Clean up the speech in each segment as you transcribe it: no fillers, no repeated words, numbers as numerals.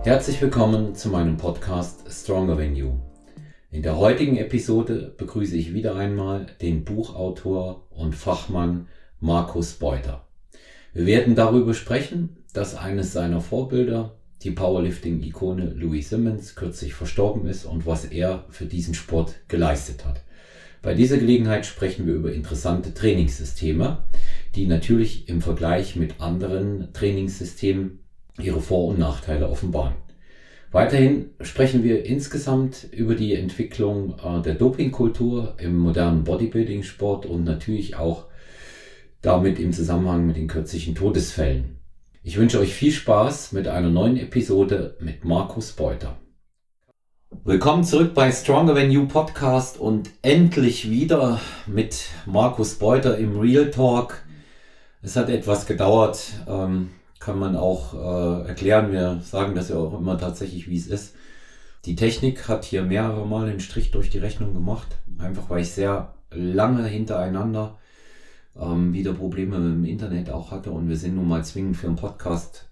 Herzlich willkommen zu meinem Podcast Stronger Than You. In der heutigen Episode begrüße ich wieder einmal den Buchautor und Fachmann Markus Beuter. Wir werden darüber sprechen, dass eines seiner Vorbilder, die Powerlifting-Ikone Louis Simmons, kürzlich verstorben ist und was er für diesen Sport geleistet hat. Bei dieser Gelegenheit sprechen wir über interessante Trainingssysteme, die natürlich im Vergleich mit anderen Trainingssystemen ihre Vor- und Nachteile offenbaren. Weiterhin sprechen wir insgesamt über die Entwicklung der Dopingkultur im modernen Bodybuilding-Sport und natürlich auch damit im Zusammenhang mit den kürzlichen Todesfällen. Ich wünsche euch viel Spaß mit einer neuen Episode mit Markus Beuter. Willkommen zurück bei Stronger Than You Podcast und endlich wieder mit Markus Beuter im Real Talk. Es hat etwas gedauert, kann man auch erklären. Wir sagen das ja auch immer tatsächlich, wie es ist. Die Technik hat hier mehrere Mal einen Strich durch die Rechnung gemacht, einfach weil ich sehr lange hintereinander wieder Probleme mit dem Internet auch hatte und wir sind nun mal zwingend für einen Podcast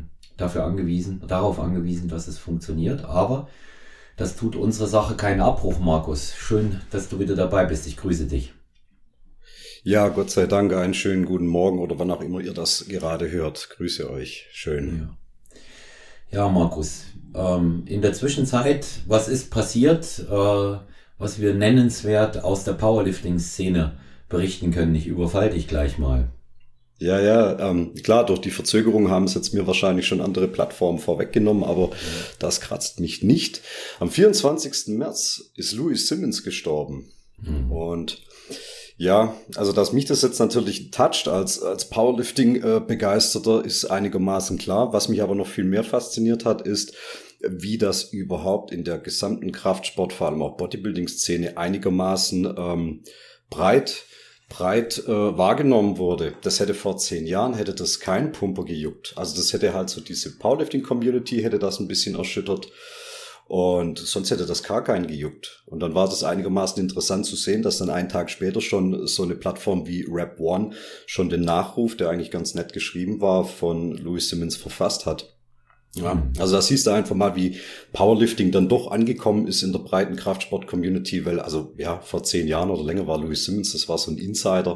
darauf angewiesen, dass es funktioniert. Aber das tut unsere Sache keinen Abbruch, Markus. Schön, dass du wieder dabei bist. Ich grüße dich. Ja, Gott sei Dank, einen schönen guten Morgen oder wann auch immer ihr das gerade hört. Grüße euch. Schön. Ja, Markus, in der Zwischenzeit, was ist passiert, was wir nennenswert aus der Powerlifting-Szene berichten können? Ich überfall dich gleich mal. Ja, klar, durch die Verzögerung haben es jetzt mir wahrscheinlich schon andere Plattformen vorweggenommen, aber das kratzt mich nicht. Am 24. März ist Louis Simmons gestorben. Und ja, also dass mich das jetzt natürlich toucht als Powerlifting-Begeisterter ist einigermaßen klar. Was mich aber noch viel mehr fasziniert hat, ist, wie das überhaupt in der gesamten Kraftsport, vor allem auch Bodybuilding-Szene einigermaßen breit wahrgenommen wurde. Das hätte vor 10 Jahren, hätte das kein Pumper gejuckt. Also das hätte halt so diese Powerlifting-Community, hätte das ein bisschen erschüttert. Und sonst hätte das gar keinen gejuckt. Und dann war das einigermaßen interessant zu sehen, dass dann einen Tag später schon so eine Plattform wie Rep One schon den Nachruf, der eigentlich ganz nett geschrieben war, von Louis Simmons verfasst hat. Ja, also da siehst du einfach mal, wie Powerlifting dann doch angekommen ist in der breiten Kraftsport-Community, weil also ja, vor 10 Jahren oder länger war Louis Simmons, das war so ein Insider.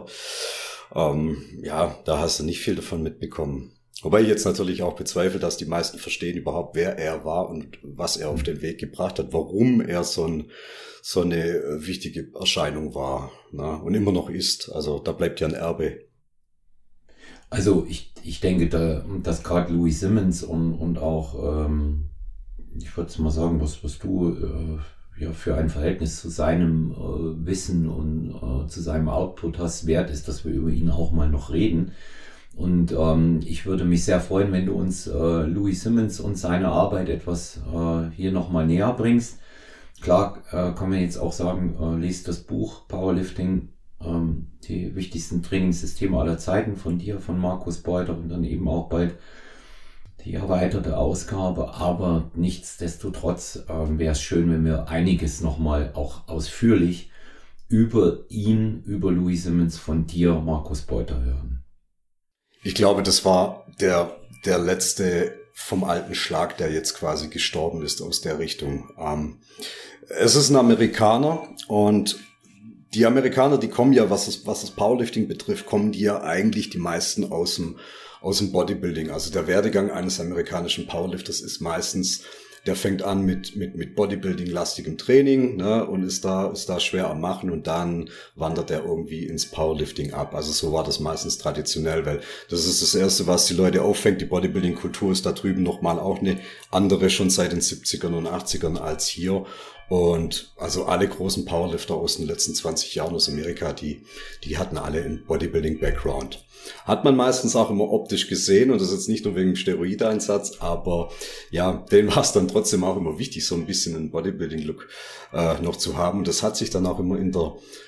Da hast du nicht viel davon mitbekommen. Wobei ich jetzt natürlich auch bezweifle, dass die meisten verstehen überhaupt, wer er war und was er auf den Weg gebracht hat, warum er so eine wichtige Erscheinung war, ne? Und immer noch ist. Also da bleibt ja ein Erbe. Also ich denke, dass gerade Louis Simmons und auch, ich würde mal sagen, was du für ein Verhältnis zu seinem Wissen und zu seinem Output hast, wert ist, dass wir über ihn auch mal noch reden. Und ich würde mich sehr freuen, wenn du uns Louis Simmons und seine Arbeit etwas hier nochmal näher bringst. Klar kann man jetzt auch sagen, lest das Buch Powerlifting, die wichtigsten Trainingssysteme aller Zeiten von dir, von Markus Beuter und dann eben auch bald die erweiterte Ausgabe. Aber nichtsdestotrotz wäre es schön, wenn wir einiges nochmal auch ausführlich über Louis Simmons von dir, Markus Beuter, hören. Ich glaube, das war der letzte vom alten Schlag, der jetzt quasi gestorben ist aus der Richtung. Es ist ein Amerikaner und die Amerikaner, die kommen ja, was das Powerlifting betrifft, kommen die ja eigentlich die meisten aus dem Bodybuilding. Also der Werdegang eines amerikanischen Powerlifters ist meistens, der fängt an mit Bodybuilding-lastigem Training, ne, und ist da schwer am Machen und dann wandert er irgendwie ins Powerlifting ab. Also so war das meistens traditionell, weil das ist das Erste, was die Leute auffängt. Die Bodybuilding-Kultur ist da drüben nochmal auch eine andere, schon seit den 70ern und 80ern als hier. Und also alle großen Powerlifter aus den letzten 20 Jahren aus Amerika, die hatten alle einen Bodybuilding-Background. Hat man meistens auch immer optisch gesehen und das ist jetzt nicht nur wegen dem Steroideinsatz, aber ja, denen war es dann trotzdem auch immer wichtig, so ein bisschen einen Bodybuilding-Look noch zu haben. Das hat sich dann auch immer in der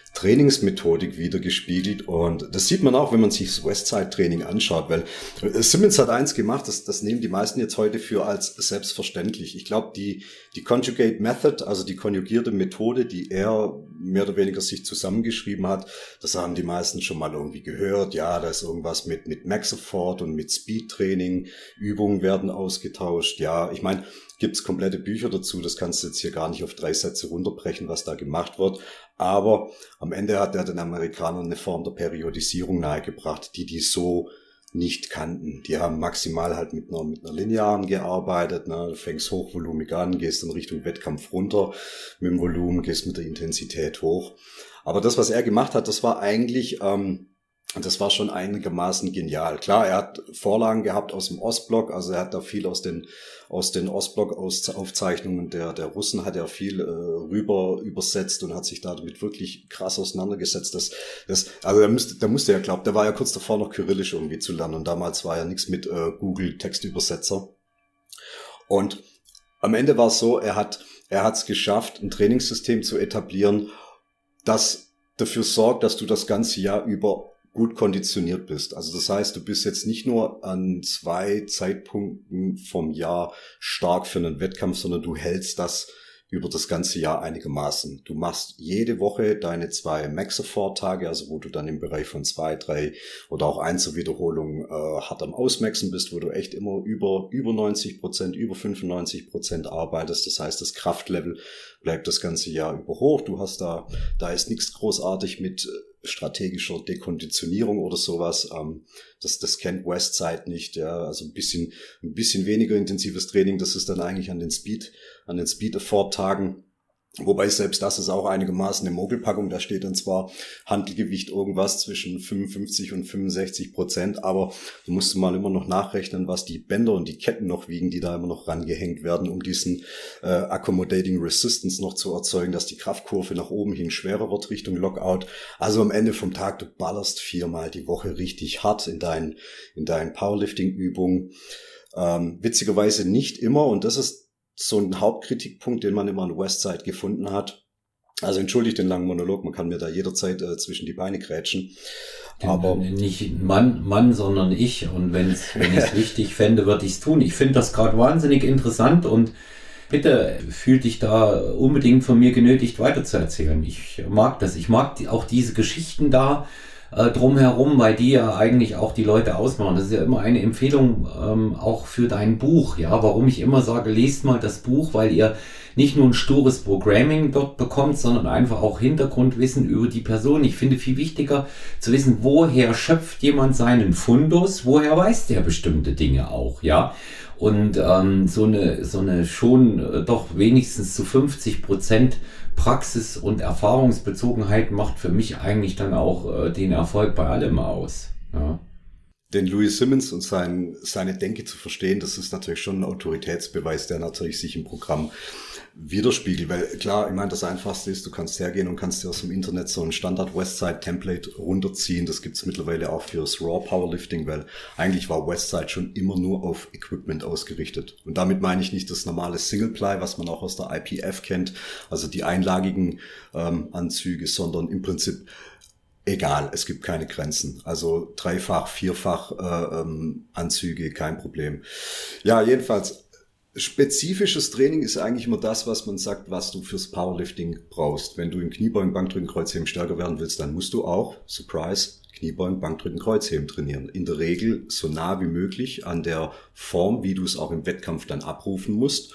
Trainingsmethodik wiedergespiegelt. Und das sieht man auch, wenn man sich das Westside-Training anschaut, weil Simmons hat eins gemacht, das nehmen die meisten jetzt heute für als selbstverständlich. Ich glaube, die Conjugate Method, also die konjugierte Methode, die er mehr oder weniger sich zusammengeschrieben hat, das haben die meisten schon mal irgendwie gehört. Ja, da ist irgendwas mit Max-Effort und mit Speed-Training, Übungen werden ausgetauscht. Ja, ich meine, gibt's komplette Bücher dazu, das kannst du jetzt hier gar nicht auf 3 Sätze runterbrechen, was da gemacht wird. Aber am Ende hat er den Amerikanern eine Form der Periodisierung nahegebracht, die so nicht kannten. Die haben maximal halt mit einer Linearen gearbeitet. Ne? Du fängst hochvolumig an, gehst in Richtung Wettkampf runter mit dem Volumen, gehst mit der Intensität hoch. Aber das, was er gemacht hat, das war eigentlich... das war schon einigermaßen genial. Klar, er hat Vorlagen gehabt aus dem Ostblock, also er hat da viel aus den Ostblock-Aufzeichnungen der Russen hat er viel rüber übersetzt und hat sich damit wirklich krass auseinandergesetzt. Also da musste er, der war ja kurz davor noch Kyrillisch irgendwie zu lernen und damals war ja nichts mit Google Textübersetzer. Und am Ende war es so, er hat es geschafft, ein Trainingssystem zu etablieren, das dafür sorgt, dass du das ganze Jahr über gut konditioniert bist. Also das heißt, du bist jetzt nicht nur an 2 Zeitpunkten vom Jahr stark für einen Wettkampf, sondern du hältst das über das ganze Jahr einigermaßen. Du machst jede Woche deine 2 Max-Effort-Tage, also wo du dann im Bereich von 2, 3 oder auch 1 Wiederholung hart am Ausmaxen bist, wo du echt immer über 90%, über 95% arbeitest. Das heißt, das Kraftlevel bleibt das ganze Jahr über hoch. Du hast da ist nichts großartig mit strategischer Dekonditionierung oder sowas. Das kennt Westside nicht. Ja, also ein bisschen weniger intensives Training. Das ist dann eigentlich an den Speed-Effort-Tagen. Wobei selbst das ist auch einigermaßen eine Mogelpackung. Da steht dann zwar Hantelgewicht irgendwas zwischen 55 und 65%, aber du musst mal immer noch nachrechnen, was die Bänder und die Ketten noch wiegen, die da immer noch rangehängt werden, um diesen Accommodating Resistance noch zu erzeugen, dass die Kraftkurve nach oben hin schwerer wird Richtung Lockout. Also am Ende vom Tag, du ballerst 4-mal die Woche richtig hart in deinen Powerlifting-Übungen. Witzigerweise nicht immer, und das ist so ein Hauptkritikpunkt, den man immer an Westside gefunden hat. Also entschuldigt den langen Monolog, man kann mir da jederzeit zwischen die Beine grätschen. Aber nicht Mann, sondern ich. Und wenn ich es wichtig fände, würde ich es tun. Ich finde das gerade wahnsinnig interessant und bitte fühl dich da unbedingt von mir genötigt weiterzuerzählen. Ich mag das. Ich mag auch diese Geschichten da drumherum, weil die ja eigentlich auch die Leute ausmachen. Das ist ja immer eine Empfehlung auch für dein Buch. Ja, warum ich immer sage, lest mal das Buch, weil ihr nicht nur ein stures Programming dort bekommt, sondern einfach auch Hintergrundwissen über die Person. Ich finde viel wichtiger zu wissen, woher schöpft jemand seinen Fundus, woher weiß der bestimmte Dinge auch, ja. Und so eine schon doch wenigstens zu 50% Praxis- und Erfahrungsbezogenheit macht für mich eigentlich dann auch den Erfolg bei allem aus. Ja. Den Louis Simmons und seine Denke zu verstehen, das ist natürlich schon ein Autoritätsbeweis, der natürlich sich im Programm widerspiegelt. Weil klar, ich meine, das Einfachste ist, du kannst hergehen und kannst dir aus dem Internet so ein Standard Westside Template runterziehen. Das gibt's mittlerweile auch fürs Raw Powerlifting, weil eigentlich war Westside schon immer nur auf Equipment ausgerichtet. Und damit meine ich nicht das normale Single Ply, was man auch aus der IPF kennt, also die einlagigen Anzüge, sondern im Prinzip egal, es gibt keine Grenzen. Also 3-fach, 4-fach Anzüge, kein Problem. Ja, jedenfalls, spezifisches Training ist eigentlich immer das, was man sagt, was du fürs Powerlifting brauchst. Wenn du im Kniebeugen, Bankdrücken, Kreuzheben stärker werden willst, dann musst du auch, Surprise, Kniebeugen, Bankdrücken, Kreuzheben trainieren. In der Regel so nah wie möglich an der Form, wie du es auch im Wettkampf dann abrufen musst.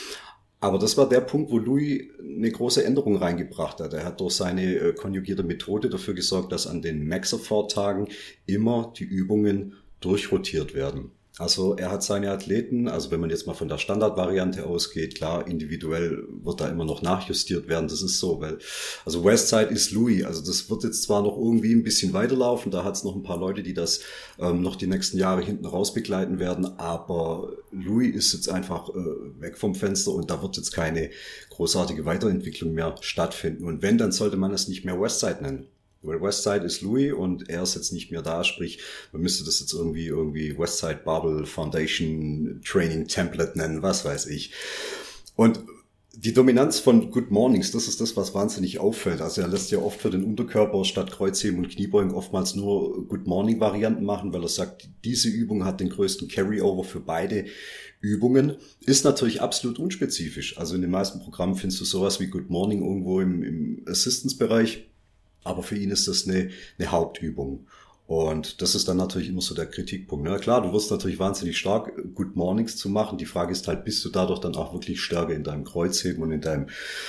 Aber das war der Punkt, wo Louis eine große Änderung reingebracht hat. Er hat durch seine konjugierte Methode dafür gesorgt, dass an den Max-Effort-Tagen immer die Übungen durchrotiert werden. Also er hat seine Athleten, also wenn man jetzt mal von der Standardvariante ausgeht, klar, individuell wird da immer noch nachjustiert werden, das ist so, weil, also Westside ist Louis, also das wird jetzt zwar noch irgendwie ein bisschen weiterlaufen, da hat es noch ein paar Leute, die das noch die nächsten Jahre hinten raus begleiten werden, aber Louis ist jetzt einfach weg vom Fenster und da wird jetzt keine großartige Weiterentwicklung mehr stattfinden und wenn, dann sollte man es nicht mehr Westside nennen. Weil Westside ist Louis und er ist jetzt nicht mehr da, sprich, man müsste das jetzt irgendwie Westside Barbell Foundation Training Template nennen, was weiß ich. Und Die Dominanz von Good Mornings, das ist das, was wahnsinnig auffällt. Also er lässt ja oft für den Unterkörper statt Kreuzheben und Kniebeugen oftmals nur Good Morning Varianten machen, weil er sagt, diese Übung hat den größten Carryover für beide Übungen. Ist natürlich absolut unspezifisch. Also in den meisten Programmen findest du sowas wie Good Morning irgendwo im Assistance-Bereich. Aber für ihn ist das eine Hauptübung. Und das ist dann natürlich immer so der Kritikpunkt. Na klar, du wirst natürlich wahnsinnig stark, Good Mornings zu machen. Die Frage ist halt, bist du dadurch dann auch wirklich stärker in deinem Kreuzheben und in deinem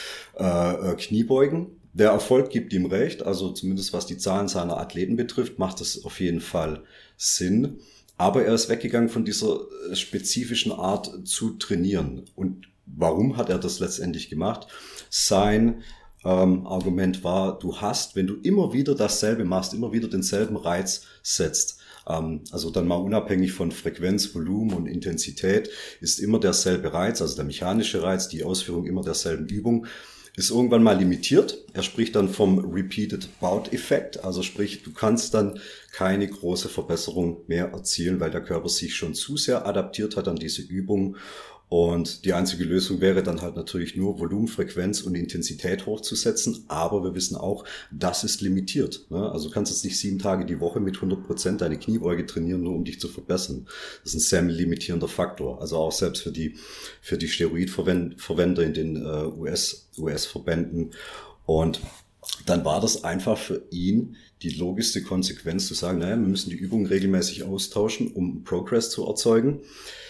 Kniebeugen? Der Erfolg gibt ihm recht, also zumindest was die Zahlen seiner Athleten betrifft, macht das auf jeden Fall Sinn. Aber er ist weggegangen von dieser spezifischen Art zu trainieren. Und warum hat er das letztendlich gemacht? Sein Argument war, du hast, wenn du immer wieder dasselbe machst, immer wieder denselben Reiz setzt, also dann mal unabhängig von Frequenz, Volumen und Intensität, ist immer derselbe Reiz, also der mechanische Reiz, die Ausführung immer derselben Übung, ist irgendwann mal limitiert. Er spricht dann vom Repeated Bout Effekt, also sprich, du kannst dann keine große Verbesserung mehr erzielen, weil der Körper sich schon zu sehr adaptiert hat an diese Übung. Und die einzige Lösung wäre dann halt natürlich nur Volumen, Frequenz und Intensität hochzusetzen. Aber wir wissen auch, das ist limitiert. Also du kannst jetzt nicht 7 Tage die Woche mit 100% deine Kniebeuge trainieren, nur um dich zu verbessern. Das ist ein sehr limitierender Faktor. Also auch selbst für die Steroidverwender in den US-Verbänden. Und dann war das einfach für ihn die logischste Konsequenz zu sagen, naja, wir müssen die Übungen regelmäßig austauschen, um Progress zu erzeugen.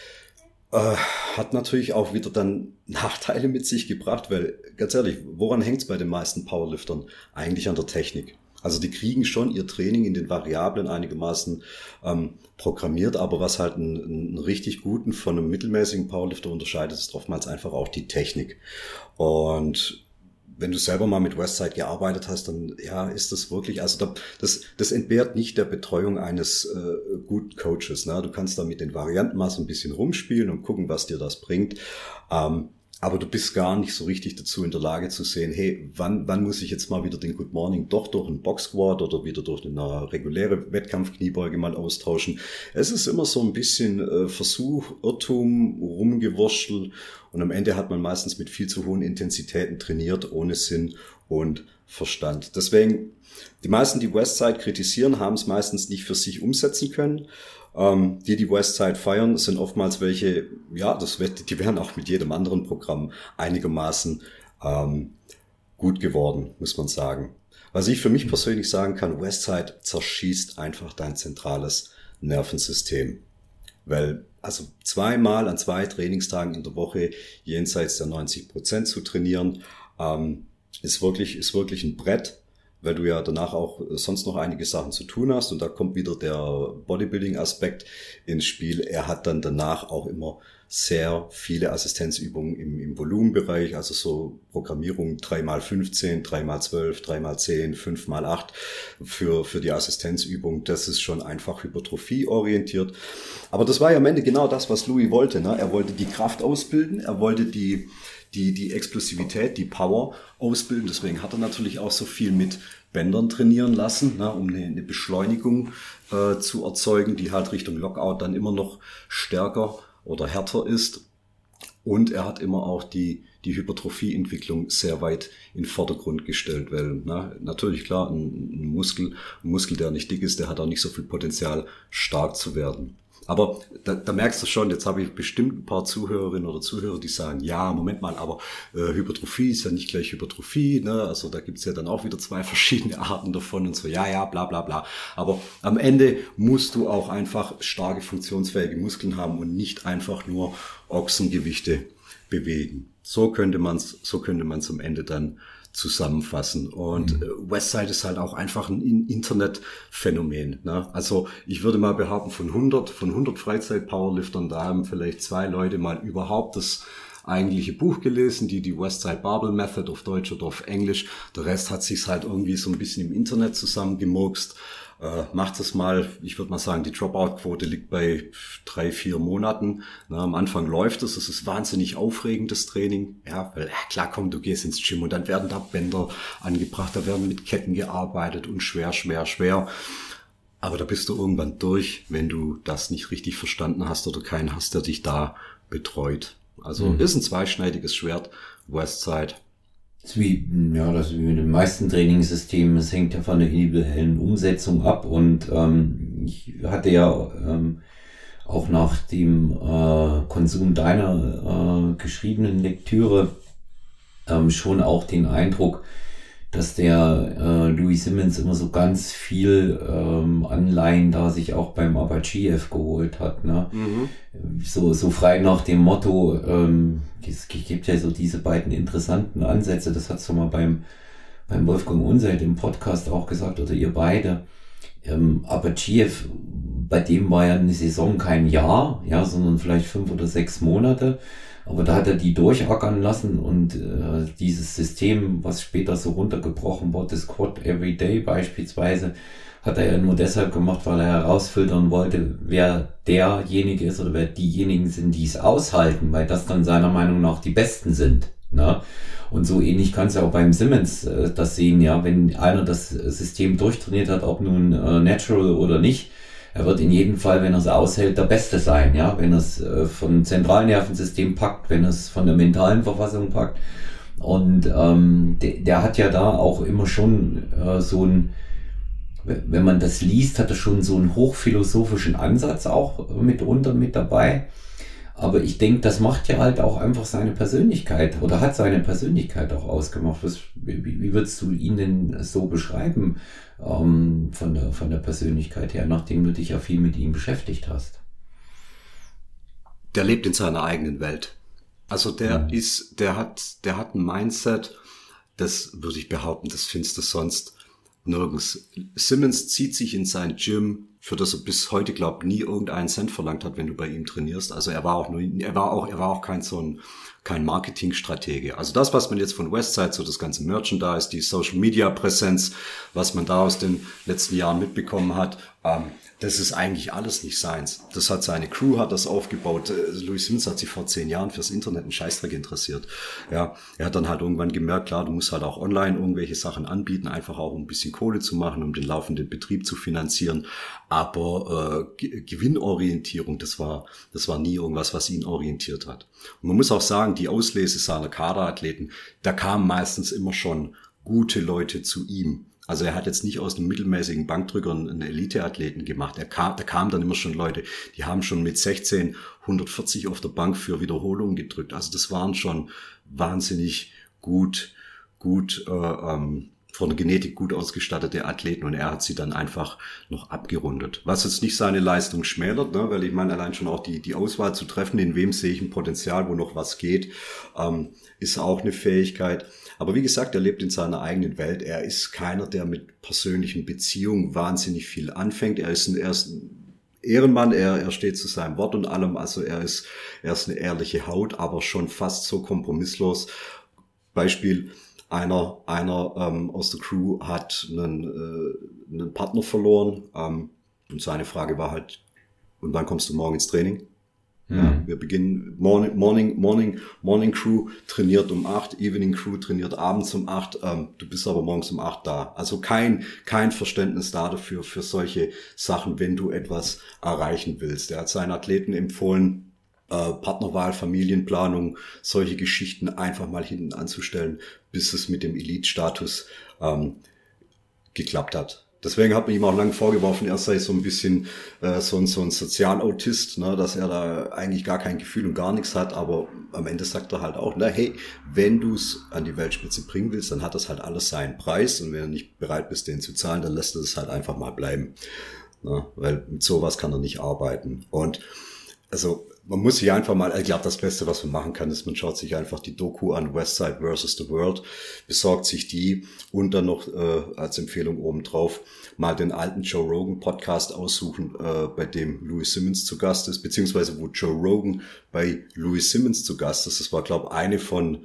Hat natürlich auch wieder dann Nachteile mit sich gebracht, weil ganz ehrlich, woran hängt's bei den meisten Powerliftern? Eigentlich an der Technik. Also die kriegen schon ihr Training in den Variablen einigermaßen programmiert, aber was halt einen richtig guten von einem mittelmäßigen Powerlifter unterscheidet, ist oftmals einfach auch die Technik. Und wenn du selber mal mit Westside gearbeitet hast, dann ja, ist das wirklich, also das entbehrt nicht der Betreuung eines guten Coaches. Ne? Du kannst da mit den Varianten mal so ein bisschen rumspielen und gucken, was dir das bringt. Aber du bist gar nicht so richtig dazu in der Lage zu sehen, hey, wann muss ich jetzt mal wieder den Good Morning doch durch einen Box Squat oder wieder durch eine reguläre Wettkampfkniebeuge mal austauschen. Es ist immer so ein bisschen Versuch, Irrtum, Rumgewurstel und am Ende hat man meistens mit viel zu hohen Intensitäten trainiert, ohne Sinn und Verstand. Deswegen, die meisten, die Westside kritisieren, haben es meistens nicht für sich umsetzen können. Die Westside feiern, sind oftmals welche, ja, die wären auch mit jedem anderen Programm einigermaßen gut geworden, muss man sagen. Was ich für mich persönlich sagen kann, Westside zerschießt einfach dein zentrales Nervensystem. Weil, also 2-mal an 2 Trainingstagen in der Woche jenseits der 90% zu trainieren, ist wirklich ein Brett, weil du ja danach auch sonst noch einige Sachen zu tun hast. Und da kommt wieder der Bodybuilding-Aspekt ins Spiel. Er hat dann danach auch immer sehr viele Assistenzübungen im Volumenbereich, also so Programmierung 3x15, 3x12, 3x10, 5x8 für die Assistenzübung. Das ist schon einfach hypertrophie-orientiert. Aber das war ja am Ende genau das, was Louis wollte. Ne? Er wollte die Kraft ausbilden, er wollte die Explosivität, die Power ausbilden. Deswegen hat er natürlich auch so viel mit Bändern trainieren lassen, ne, um eine Beschleunigung zu erzeugen, die halt Richtung Lockout dann immer noch stärker oder härter ist. Und er hat immer auch die Hypertrophieentwicklung sehr weit in den Vordergrund gestellt, weil natürlich klar, ein Muskel, der nicht dick ist, der hat auch nicht so viel Potenzial, stark zu werden. Aber da merkst du schon, jetzt habe ich bestimmt ein paar Zuhörerinnen oder Zuhörer, die sagen, ja, Moment mal, aber Hypertrophie ist ja nicht gleich Hypertrophie, ne? Also da gibt's ja dann auch wieder 2 verschiedene Arten davon und so, ja, bla bla bla. Aber am Ende musst du auch einfach starke, funktionsfähige Muskeln haben und nicht einfach nur Ochsengewichte bewegen. So könnte man's am Ende dann zusammenfassen. Und Westside ist halt auch einfach ein Internetphänomen. Ne? Also ich würde mal behaupten, von 100 Freizeit-Powerliftern, da haben vielleicht 2 Leute mal überhaupt das eigentliche Buch gelesen, die Westside Barbell Method auf Deutsch oder auf Englisch. Der Rest hat sich's halt irgendwie so ein bisschen im Internet zusammengemurkst. Macht es mal, ich würde mal sagen, die Dropout-Quote liegt bei 3-4 Monaten. Am Anfang läuft es ist wahnsinnig aufregendes Training. Ja, weil klar, komm, du gehst ins Gym und dann werden da Bänder angebracht, da werden mit Ketten gearbeitet und schwer. Aber da bist du irgendwann durch, wenn du das nicht richtig verstanden hast oder keinen hast, der dich da betreut. Also ist ein zweischneidiges Schwert, Westside. Das ist wie mit den meisten Trainingssystemen, es hängt ja von der individuellen Umsetzung ab und ich hatte ja auch nach dem Konsum deiner geschriebenen Lektüre schon auch den Eindruck, dass der Louis Simmons immer so ganz viel Anleihen da sich auch beim Abachev geholt hat, ne? So frei nach dem Motto, es gibt ja so diese beiden interessanten Ansätze, das hat's doch mal beim Wolfgang Unseld im Podcast auch gesagt, oder ihr beide. Abachev, bei dem war ja eine Saison kein Jahr, ja, sondern vielleicht 5 oder 6 Monate. Aber da hat er die durchackern lassen und dieses System, was später so runtergebrochen wurde, das Squat Every Day beispielsweise, hat er ja nur deshalb gemacht, weil er herausfiltern wollte, wer derjenige ist oder wer diejenigen sind, die es aushalten, weil das dann seiner Meinung nach die Besten sind. Ne? Und so ähnlich kannst du auch beim Simmons das sehen, ja, wenn einer das System durchtrainiert hat, ob nun natural oder nicht, er wird in jedem Fall, wenn er es aushält, der Beste sein, ja, wenn er es vom Zentralnervensystem packt, wenn er es von der mentalen Verfassung packt. Und der hat ja da auch immer schon so ein, wenn man das liest, hat er schon so einen hochphilosophischen Ansatz auch mitunter mit dabei. Aber ich denke, das macht ja halt auch einfach seine Persönlichkeit oder hat seine Persönlichkeit auch ausgemacht. Wie würdest du ihn denn so beschreiben von der Persönlichkeit her, nachdem du dich ja viel mit ihm beschäftigt hast? Der lebt in seiner eigenen Welt. Also der hat ein Mindset, das würde ich behaupten, das findest du sonst nirgends. Simmons zieht sich in sein Gym, für das er bis heute, glaubt, nie irgendeinen Cent verlangt hat, wenn du bei ihm trainierst. Also er war auch kein Marketingstratege. Also das, was man jetzt von Westside, so das ganze Merchandise, die Social Media Präsenz, was man da aus den letzten Jahren mitbekommen hat, das ist eigentlich alles nicht seins. Das hat seine Crew, hat das aufgebaut. Louis Simmons hat sich vor 10 Jahren fürs Internet einen Scheißdreck interessiert. Ja, er hat dann halt irgendwann gemerkt, klar, du musst halt auch online irgendwelche Sachen anbieten, einfach auch um ein bisschen Kohle zu machen, um den laufenden Betrieb zu finanzieren. Aber Gewinnorientierung, das war nie irgendwas, was ihn orientiert hat. Und man muss auch sagen, die Auslese seiner Kaderathleten, da kamen meistens immer schon gute Leute zu ihm. Also er hat jetzt nicht aus einem mittelmäßigen Bankdrücker einen Eliteathleten gemacht. Da kamen dann immer schon Leute, die haben schon mit 16 140 auf der Bank für Wiederholungen gedrückt. Also das waren schon wahnsinnig gut von der Genetik gut ausgestattete Athleten und er hat sie dann einfach noch abgerundet. Was jetzt nicht seine Leistung schmälert, ne? Weil ich meine, allein schon auch die Auswahl zu treffen, in wem sehe ich ein Potenzial, wo noch was geht, ist auch eine Fähigkeit. Aber wie gesagt, er lebt in seiner eigenen Welt. Er ist keiner, der mit persönlichen Beziehungen wahnsinnig viel anfängt. Er ist ein Ehrenmann, er steht zu seinem Wort und allem. Also er ist eine ehrliche Haut, aber schon fast so kompromisslos. Beispiel, einer aus der Crew hat einen Partner verloren und seine Frage war halt, und wann kommst du morgen ins Training? Ja, wir beginnen, Morning Crew trainiert um 8, Evening Crew trainiert abends um 8, du bist aber morgens um 8 da. Also kein Verständnis da dafür, für solche Sachen, wenn du etwas erreichen willst. Er hat seinen Athleten empfohlen, Partnerwahl, Familienplanung, solche Geschichten einfach mal hinten anzustellen, bis es mit dem Elite-Status geklappt hat. Deswegen hat man ihm auch lange vorgeworfen, er sei so ein bisschen so ein Sozialautist, ne, dass er da eigentlich gar kein Gefühl und gar nichts hat, aber am Ende sagt er halt auch, na hey, wenn du es an die Weltspitze bringen willst, dann hat das halt alles seinen Preis und wenn du nicht bereit bist, den zu zahlen, dann lässt er es halt einfach mal bleiben, ne, weil mit sowas kann er nicht arbeiten. Und also man muss sich einfach mal, ich glaube, das Beste, was man machen kann, ist, man schaut sich einfach die Doku an, Westside vs. The World, besorgt sich die und dann noch als Empfehlung obendrauf mal den alten Joe Rogan Podcast aussuchen, bei dem Louis Simmons zu Gast ist, beziehungsweise wo Joe Rogan bei Louis Simmons zu Gast ist. Das war, glaube ich, eine von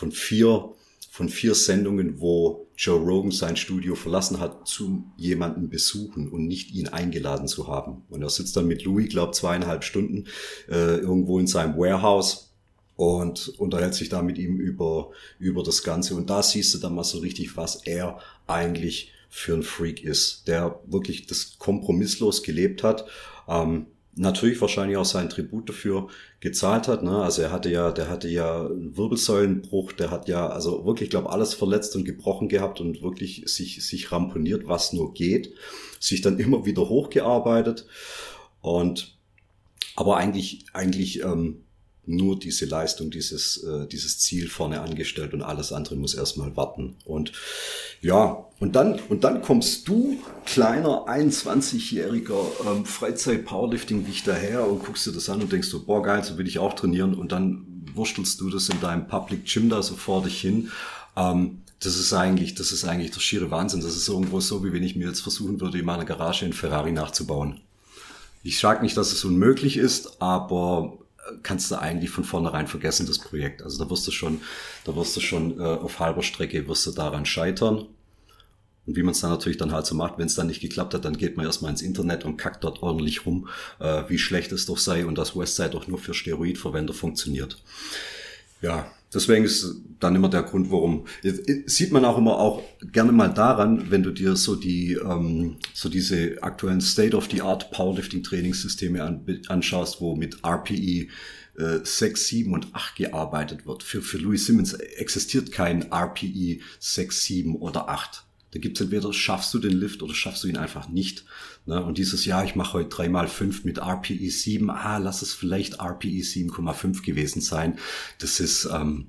vier Sendungen, wo Joe Rogan sein Studio verlassen hat, zu jemanden besuchen und nicht ihn eingeladen zu haben. Und er sitzt dann mit Louis, glaube 2,5 Stunden irgendwo in seinem Warehouse und unterhält sich da mit ihm über das Ganze. Und da siehst du dann mal so richtig, was er eigentlich für ein Freak ist, der wirklich das kompromisslos gelebt hat. natürlich wahrscheinlich auch sein Tribut dafür gezahlt hat, ne? Also der hatte ja einen Wirbelsäulenbruch, der hat ja also wirklich, glaube alles verletzt und gebrochen gehabt und wirklich sich ramponiert, was nur geht, sich dann immer wieder hochgearbeitet und aber eigentlich nur diese Leistung, dieses Ziel vorne angestellt und alles andere muss erstmal warten. Und ja, und dann kommst du, kleiner 21-jähriger Freizeit-Powerlifting-Wicht daher und guckst dir das an und denkst so, boah geil, so will ich auch trainieren und dann wurstelst du das in deinem Public Gym da so vor dich hin. Das ist eigentlich der schiere Wahnsinn. Das ist irgendwo so, wie wenn ich mir jetzt versuchen würde, in meiner Garage einen Ferrari nachzubauen. Ich sage nicht, dass es unmöglich ist, aber kannst du eigentlich von vornherein vergessen, das Projekt. Also da wirst du schon auf halber Strecke wirst du daran scheitern. Und wie man es dann natürlich dann halt so macht, wenn es dann nicht geklappt hat, dann geht man erstmal ins Internet und kackt dort ordentlich rum, wie schlecht es doch sei und dass Westside doch nur für Steroidverwender funktioniert. Ja, deswegen ist dann immer der Grund, warum, sieht man auch immer auch gerne mal daran, wenn du dir so diese aktuellen State-of-the-Art Powerlifting-Trainingssysteme anschaust, wo mit RPE 6, 7 und 8 gearbeitet wird. Für Louis Simmons existiert kein RPE 6, 7 oder 8. Da gibt's entweder schaffst du den Lift oder schaffst du ihn einfach nicht. Ne? Und dieses Jahr, ich mache heute 3x5 mit RPE 7. Lass es vielleicht RPE 7,5 gewesen sein. Das ist,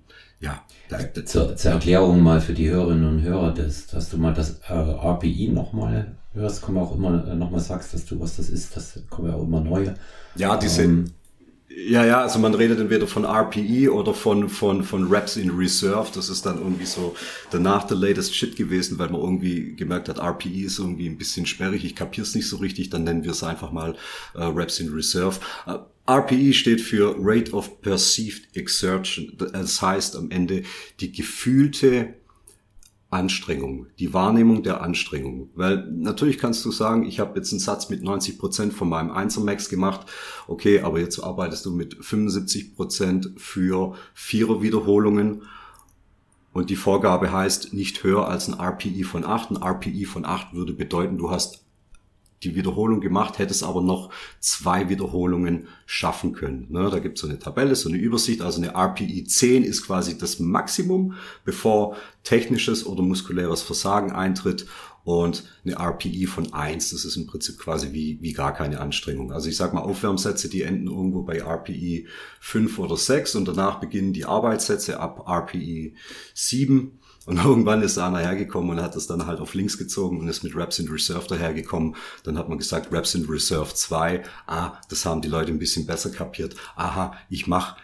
Zur Erklärung mal für die Hörerinnen und Hörer, dass du mal das RPE nochmal hörst, kommen wir auch immer nochmal sagst, dass du, was das ist, das kommen ja auch immer neue. Ja, also man redet entweder von RPE oder von Reps in Reserve. Das ist dann irgendwie so danach the latest shit gewesen, weil man irgendwie gemerkt hat, RPE ist irgendwie ein bisschen sperrig, ich kapier's nicht so richtig, dann nennen wir es einfach mal Reps in Reserve. RPE steht für Rate of Perceived Exertion. Das heißt am Ende die gefühlte Anstrengung, die Wahrnehmung der Anstrengung. Weil natürlich kannst du sagen, ich habe jetzt einen Satz mit 90% von meinem 1er Max gemacht, okay, aber jetzt arbeitest du mit 75% für 4er Wiederholungen und die Vorgabe heißt nicht höher als ein RPE von 8. Ein RPE von 8 würde bedeuten, du hast die Wiederholung gemacht, hättest aber noch 2 Wiederholungen schaffen können. Ne, da gibt es so eine Tabelle, so eine Übersicht, also eine RPE 10 ist quasi das Maximum, bevor technisches oder muskuläres Versagen eintritt und eine RPE von 1, das ist im Prinzip quasi wie gar keine Anstrengung. Also ich sag mal Aufwärmsätze, die enden irgendwo bei RPE 5 oder 6 und danach beginnen die Arbeitssätze ab RPE 7. Und irgendwann ist einer hergekommen und hat das dann halt auf links gezogen und ist mit Reps in Reserve dahergekommen. Dann hat man gesagt, Reps in Reserve 2. Das haben die Leute ein bisschen besser kapiert. Ich mach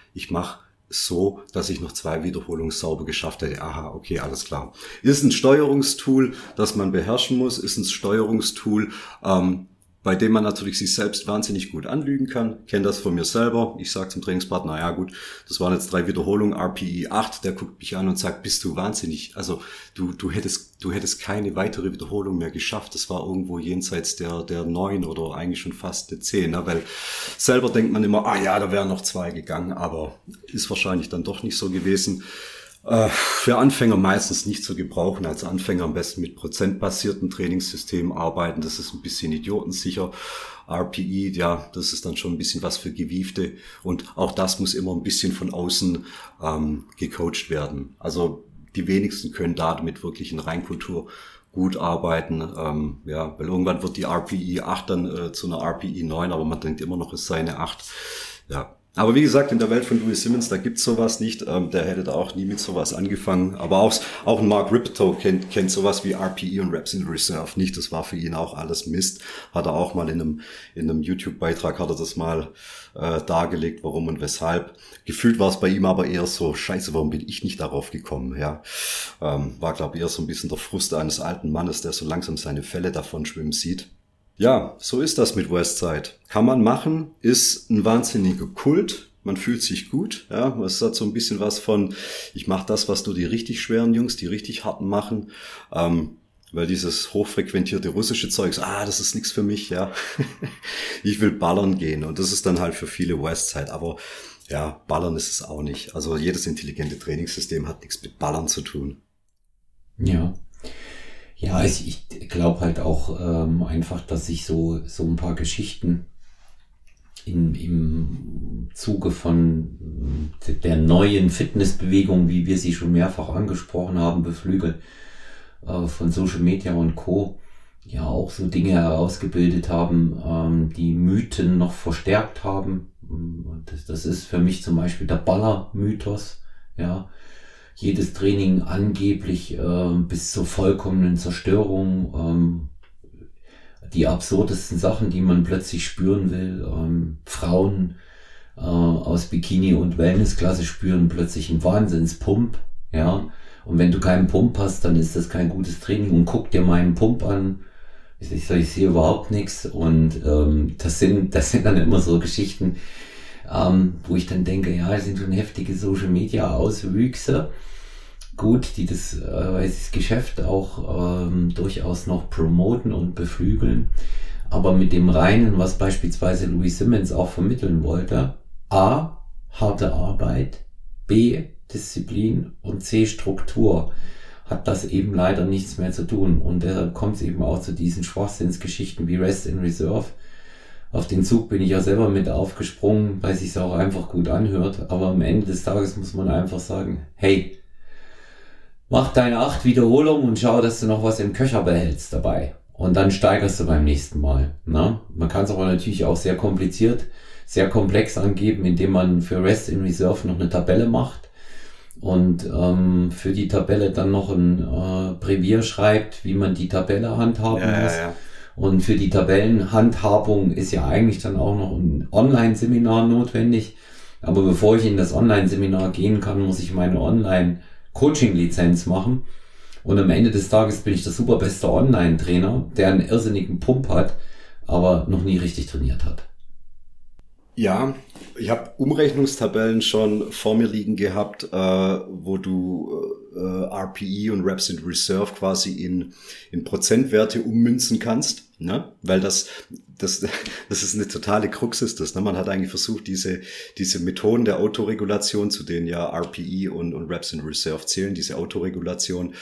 so, dass ich noch 2 Wiederholungen sauber geschafft hätte. Okay, alles klar. Ist ein Steuerungstool, das man beherrschen muss. Ist ein Steuerungstool, bei dem man natürlich sich selbst wahnsinnig gut anlügen kann. Kenne das von mir selber. Ich sage zum Trainingspartner, ja gut, das waren jetzt 3 Wiederholungen, RPE 8. Der guckt mich an und sagt, bist du wahnsinnig? Also du hättest keine weitere Wiederholung mehr geschafft. Das war irgendwo jenseits der 9 oder eigentlich schon fast der 10. Ne? Weil selber denkt man immer, da wären noch 2 gegangen, aber ist wahrscheinlich dann doch nicht so gewesen. Für Anfänger meistens nicht zu gebrauchen. Als Anfänger am besten mit prozentbasierten Trainingssystemen arbeiten. Das ist ein bisschen idiotensicher. RPE, ja, das ist dann schon ein bisschen was für Gewiefte. Und auch das muss immer ein bisschen von außen gecoacht werden. Also die wenigsten können damit wirklich in Reinkultur gut arbeiten. Weil irgendwann wird die RPE 8 dann zu einer RPE 9, aber man denkt immer noch, es sei eine 8. Ja. Aber wie gesagt, in der Welt von Louis Simmons, da gibt's sowas nicht. Der hätte da auch nie mit sowas angefangen. Aber auch ein Mark Rippetoe kennt sowas wie RPE und Reps in Reserve nicht. Das war für ihn auch alles Mist. Hat er auch mal in einem YouTube-Beitrag hat er das mal dargelegt, warum und weshalb. Gefühlt war es bei ihm aber eher so, scheiße, warum bin ich nicht darauf gekommen? Ja, war, glaube ich, eher so ein bisschen der Frust eines alten Mannes, der so langsam seine Fälle davon schwimmen sieht. Ja, so ist das mit Westside. Kann man machen, ist ein wahnsinniger Kult. Man fühlt sich gut. Ja, es hat so ein bisschen was von, ich mache das, was nur die richtig schweren Jungs, die richtig harten machen. Weil dieses hochfrequentierte russische Zeugs, das ist nichts für mich, ja. Ich will ballern gehen und das ist dann halt für viele Westside. Aber ja, ballern ist es auch nicht. Also jedes intelligente Trainingssystem hat nichts mit Ballern zu tun. Ja. Ja, ich glaube halt auch einfach, dass sich so ein paar Geschichten im Zuge von der neuen Fitnessbewegung, wie wir sie schon mehrfach angesprochen haben, beflügelt von Social Media und Co. ja auch so Dinge herausgebildet haben, die Mythen noch verstärkt haben. Das ist für mich zum Beispiel der Baller-Mythos, ja. Jedes Training angeblich bis zur vollkommenen Zerstörung, die absurdesten Sachen, die man plötzlich spüren will. Frauen aus Bikini und Wellnessklasse spüren plötzlich einen Wahnsinnspump, ja. Und wenn du keinen Pump hast, dann ist das kein gutes Training. Und guck dir meinen Pump an. Ich sehe überhaupt nichts. Und das sind dann immer so Geschichten, wo ich dann denke, ja, das sind schon heftige Social Media Auswüchse. Gut, die das Geschäft auch durchaus noch promoten und beflügeln. Aber mit dem Reinen, was beispielsweise Louis Simmons auch vermitteln wollte, A, harte Arbeit, B, Disziplin und C, Struktur, hat das eben leider nichts mehr zu tun. Und deshalb kommt es eben auch zu diesen Schwachsinnsgeschichten wie Rest in Reserve. Auf den Zug bin ich ja selber mit aufgesprungen, weil es sich auch einfach gut anhört. Aber am Ende des Tages muss man einfach sagen, hey, mach deine 8 Wiederholungen und schau, dass du noch was im Köcher behältst dabei. Und dann steigerst du beim nächsten Mal. Na? Man kann es aber natürlich auch sehr kompliziert, sehr komplex angeben, indem man für Rest in Reserve noch eine Tabelle macht und für die Tabelle dann noch ein Brevier schreibt, wie man die Tabelle handhaben muss. Ja. Und für die Tabellenhandhabung ist ja eigentlich dann auch noch ein Online-Seminar notwendig. Aber bevor ich in das Online-Seminar gehen kann, muss ich meine Online-Coaching-Lizenz machen. Und am Ende des Tages bin ich der superbeste Online-Trainer, der einen irrsinnigen Pump hat, aber noch nie richtig trainiert hat. Ja, ich habe Umrechnungstabellen schon vor mir liegen gehabt, wo du RPE und Reps in Reserve quasi in Prozentwerte ummünzen kannst, ne? Weil das ist eine totale Krux ist das, ne? Man hat eigentlich versucht, diese Methoden der Autoregulation, zu denen ja RPE und Reps in Reserve zählen, diese Autoregulation,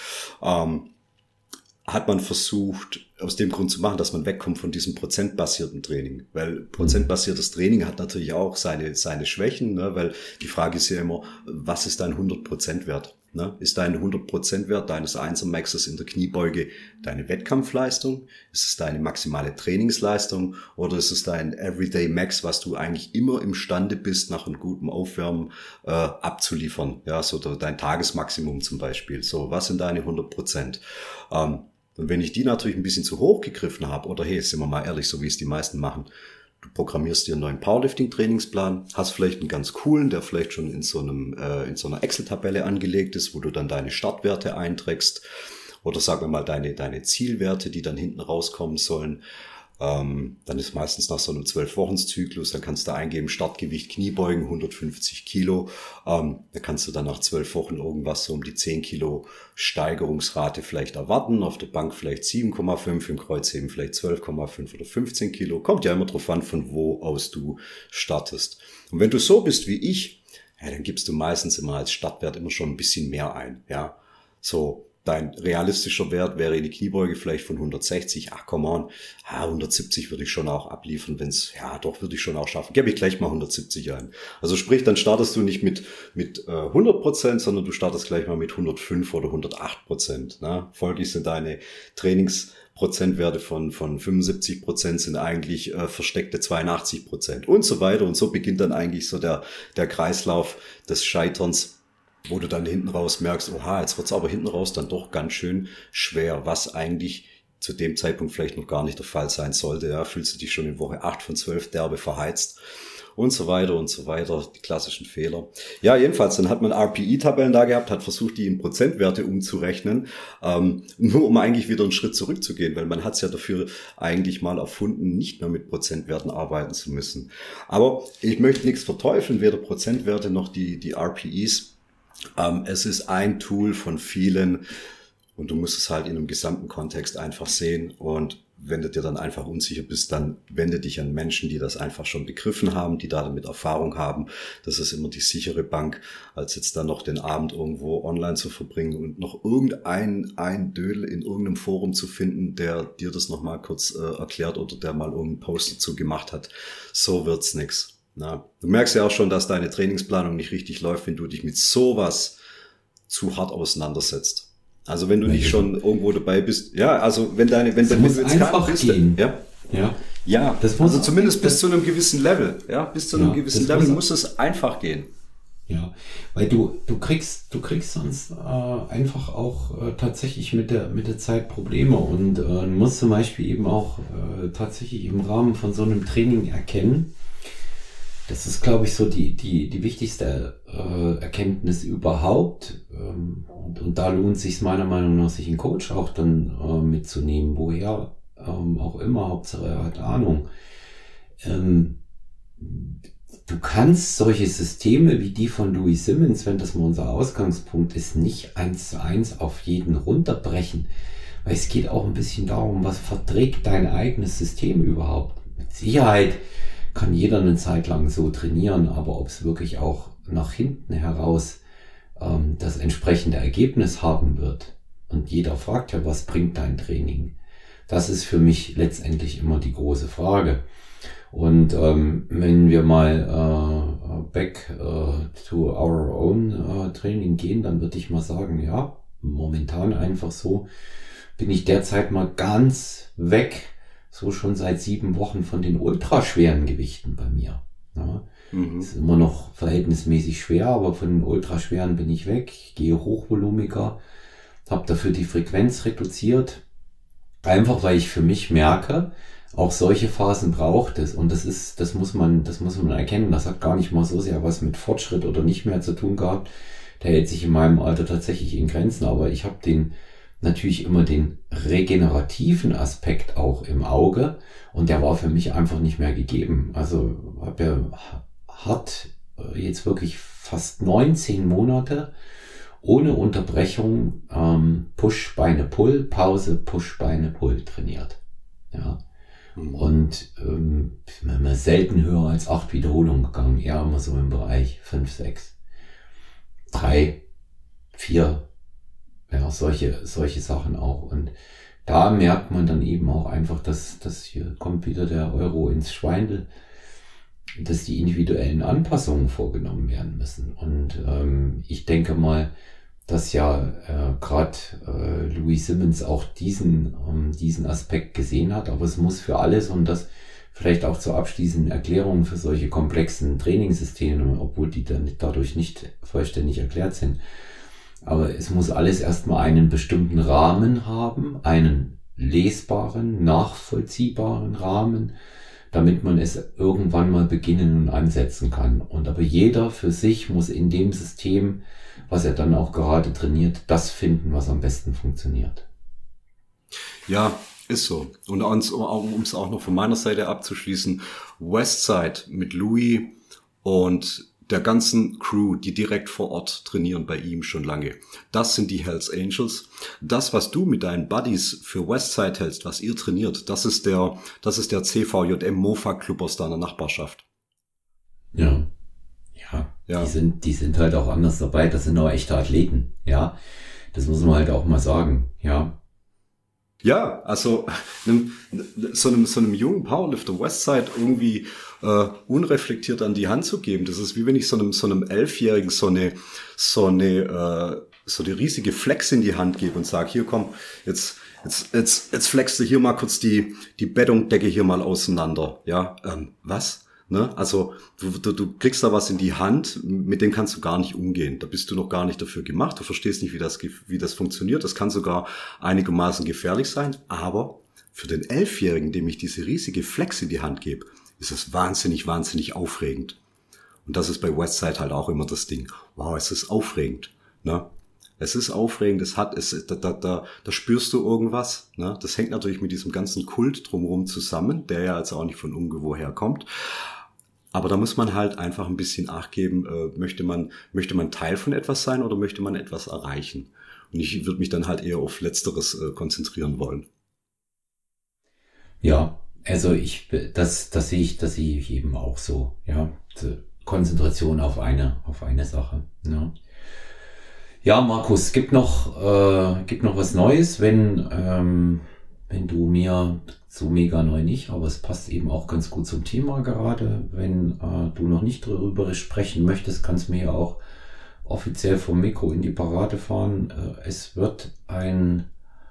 hat man versucht, aus dem Grund zu machen, dass man wegkommt von diesem prozentbasierten Training. Weil prozentbasiertes Training hat natürlich auch seine Schwächen, ne? Weil die Frage ist ja immer, was ist dein 100% Wert? Ne? Ist dein 100% Wert deines 1er Maxes in der Kniebeuge deine Wettkampfleistung? Ist es deine maximale Trainingsleistung? Oder ist es dein Everyday Max, was du eigentlich immer imstande bist, nach einem guten Aufwärmen abzuliefern? Ja, so dein Tagesmaximum zum Beispiel. So, was sind deine 100%? Und wenn ich die natürlich ein bisschen zu hoch gegriffen habe, oder hey, sind wir mal ehrlich, so wie es die meisten machen, du programmierst dir einen neuen Powerlifting-Trainingsplan, hast vielleicht einen ganz coolen, der vielleicht schon in so einer Excel-Tabelle angelegt ist, wo du dann deine Startwerte einträgst, oder sagen wir mal deine Zielwerte, die dann hinten rauskommen sollen. Dann ist meistens nach so einem 12-Wochen-Zyklus, dann kannst du eingeben, Startgewicht Kniebeugen 150 Kilo, da kannst du dann nach 12 Wochen irgendwas so um die 10 Kilo Steigerungsrate vielleicht erwarten, auf der Bank vielleicht 7,5, im Kreuzheben vielleicht 12,5 oder 15 Kilo, kommt ja immer drauf an, von wo aus du startest. Und wenn du so bist wie ich, ja, dann gibst du meistens immer als Startwert immer schon ein bisschen mehr ein, ja, so. Dein realistischer Wert wäre in die Kniebeuge vielleicht von 160. Ach, come on. 170 würde ich schon auch abliefern, würde ich schon auch schaffen. Gebe ich gleich mal 170 ein. Also sprich, dann startest du nicht mit 100%, sondern du startest gleich mal mit 105 oder 108%. Ne? Folglich sind deine Trainingsprozentwerte von 75% sind eigentlich versteckte 82% und so weiter. Und so beginnt dann eigentlich so der Kreislauf des Scheiterns, wo du dann hinten raus merkst, oha, jetzt wird's aber hinten raus dann doch ganz schön schwer, was eigentlich zu dem Zeitpunkt vielleicht noch gar nicht der Fall sein sollte. Ja, fühlst du dich schon in Woche 8 von 12 derbe verheizt und so weiter, die klassischen Fehler. Ja, jedenfalls, dann hat man RPE-Tabellen da gehabt, hat versucht, die in Prozentwerte umzurechnen, nur um eigentlich wieder einen Schritt zurückzugehen, weil man hat es ja dafür eigentlich mal erfunden, nicht mehr mit Prozentwerten arbeiten zu müssen. Aber ich möchte nichts verteufeln, weder Prozentwerte noch die RPEs. Es ist ein Tool von vielen und du musst es halt in einem gesamten Kontext einfach sehen. Und wenn du dir dann einfach unsicher bist, dann wende dich an Menschen, die das einfach schon begriffen haben, die da damit Erfahrung haben. Das ist immer die sichere Bank, als jetzt dann noch den Abend irgendwo online zu verbringen und noch ein Dödel in irgendeinem Forum zu finden, der dir das nochmal kurz erklärt oder der mal irgendeinen Post dazu gemacht hat. So wird's nix. Na, du merkst ja auch schon, dass deine Trainingsplanung nicht richtig läuft, wenn du dich mit sowas zu hart auseinandersetzt. Also wenn du nicht schon irgendwo dabei bist, ja, also wenn du jetzt einfach bist, gehen. Ja, das muss, also zumindest bis zu einem gewissen Level, bis zu einem gewissen Level muss es einfach gehen. Ja, weil du kriegst sonst einfach auch tatsächlich mit der Zeit Probleme und musst zum Beispiel eben auch tatsächlich im Rahmen von so einem Training erkennen. Das ist, glaube ich, so die wichtigste Erkenntnis überhaupt. Und da lohnt es sich meiner Meinung nach, sich einen Coach auch dann mitzunehmen, woher auch immer, Hauptsache er hat Ahnung. Du kannst solche Systeme wie die von Louis Simmons, wenn das mal unser Ausgangspunkt ist, nicht 1:1 auf jeden runterbrechen. Weil es geht auch ein bisschen darum, was verträgt dein eigenes System überhaupt. Mit Sicherheit kann jeder eine Zeit lang so trainieren, aber ob es wirklich auch nach hinten heraus das entsprechende Ergebnis haben wird. Und jeder fragt ja, was bringt dein Training? Das ist für mich letztendlich immer die große Frage. Und wenn wir mal back to our own Training gehen, dann würde ich mal sagen, ja, momentan einfach so, bin ich derzeit mal ganz weg, so schon seit 7 Wochen von den ultraschweren Gewichten bei mir. Ja, ist immer noch verhältnismäßig schwer, aber von den ultraschweren bin ich weg. Ich gehe hochvolumiger, habe dafür die Frequenz reduziert. Einfach weil ich für mich merke, auch solche Phasen braucht es. Und das muss man erkennen. Das hat gar nicht mal so sehr was mit Fortschritt oder nicht mehr zu tun gehabt. Der hält sich in meinem Alter tatsächlich in Grenzen, aber ich habe natürlich immer den regenerativen Aspekt auch im Auge und der war für mich einfach nicht mehr gegeben. Also habe ja hart jetzt wirklich fast 19 Monate ohne Unterbrechung Push, Beine, Pull, Pause, Push, Beine, Pull trainiert. Ja. Und bin immer selten höher als 8 Wiederholungen gegangen, eher immer so im Bereich 5, 6, 3, 4, ja, solche Sachen auch. Und da merkt man dann eben auch einfach, dass hier kommt wieder der Euro ins Schweindel, dass die individuellen Anpassungen vorgenommen werden müssen. Und ich denke mal, dass ja gerade Louis Simmons auch diesen Aspekt gesehen hat, aber es muss für alles, und das vielleicht auch zur abschließenden Erklärung für solche komplexen Trainingssysteme, obwohl die dann dadurch nicht vollständig erklärt sind, aber es muss alles erstmal einen bestimmten Rahmen haben, einen lesbaren, nachvollziehbaren Rahmen, damit man es irgendwann mal beginnen und ansetzen kann. Und aber jeder für sich muss in dem System, was er dann auch gerade trainiert, das finden, was am besten funktioniert. Ja, ist so. Und um es auch noch von meiner Seite abzuschließen, Westside mit Louis und der ganzen Crew, die direkt vor Ort trainieren bei ihm schon lange. Das sind die Hells Angels. Das, was du mit deinen Buddies für Westside hältst, was ihr trainiert, das ist der CVJM Mofa Club aus deiner Nachbarschaft. Ja. Die sind halt auch anders dabei. Das sind auch echte Athleten. Ja. Das muss man halt auch mal sagen. Ja. Ja, also so einem jungen Powerlifter Westside irgendwie unreflektiert an die Hand zu geben, das ist wie wenn ich so einem 11-Jährigen so eine riesige Flex in die Hand gebe und sage, hier komm, jetzt flexst du hier mal kurz die Bettungdecke hier mal auseinander. Ja, was? Ne? Also du kriegst da was in die Hand, mit dem kannst du gar nicht umgehen. Da bist du noch gar nicht dafür gemacht. Du verstehst nicht, wie das funktioniert. Das kann sogar einigermaßen gefährlich sein. Aber für den 11-Jährigen, dem ich diese riesige Flex in die Hand gebe, ist es wahnsinnig, wahnsinnig aufregend. Und das ist bei Westside halt auch immer das Ding. Wow, es ist aufregend. Ne? Es ist aufregend, da spürst du irgendwas. Ne? Das hängt natürlich mit diesem ganzen Kult drumherum zusammen, der ja also auch nicht von irgendwoher kommt. Aber da muss man halt einfach ein bisschen Acht geben, möchte man Teil von etwas sein oder möchte man etwas erreichen? Und ich würde mich dann halt eher auf Letzteres konzentrieren wollen. Ja, also das sehe ich eben auch so, ja. Konzentration auf eine Sache, ja. Ja, Markus, gibt noch was Neues, wenn du mir so mega neu nicht, aber es passt eben auch ganz gut zum Thema gerade. Wenn du noch nicht darüber sprechen möchtest, kannst du mir ja auch offiziell vom Mikro in die Parade fahren. Es wird ein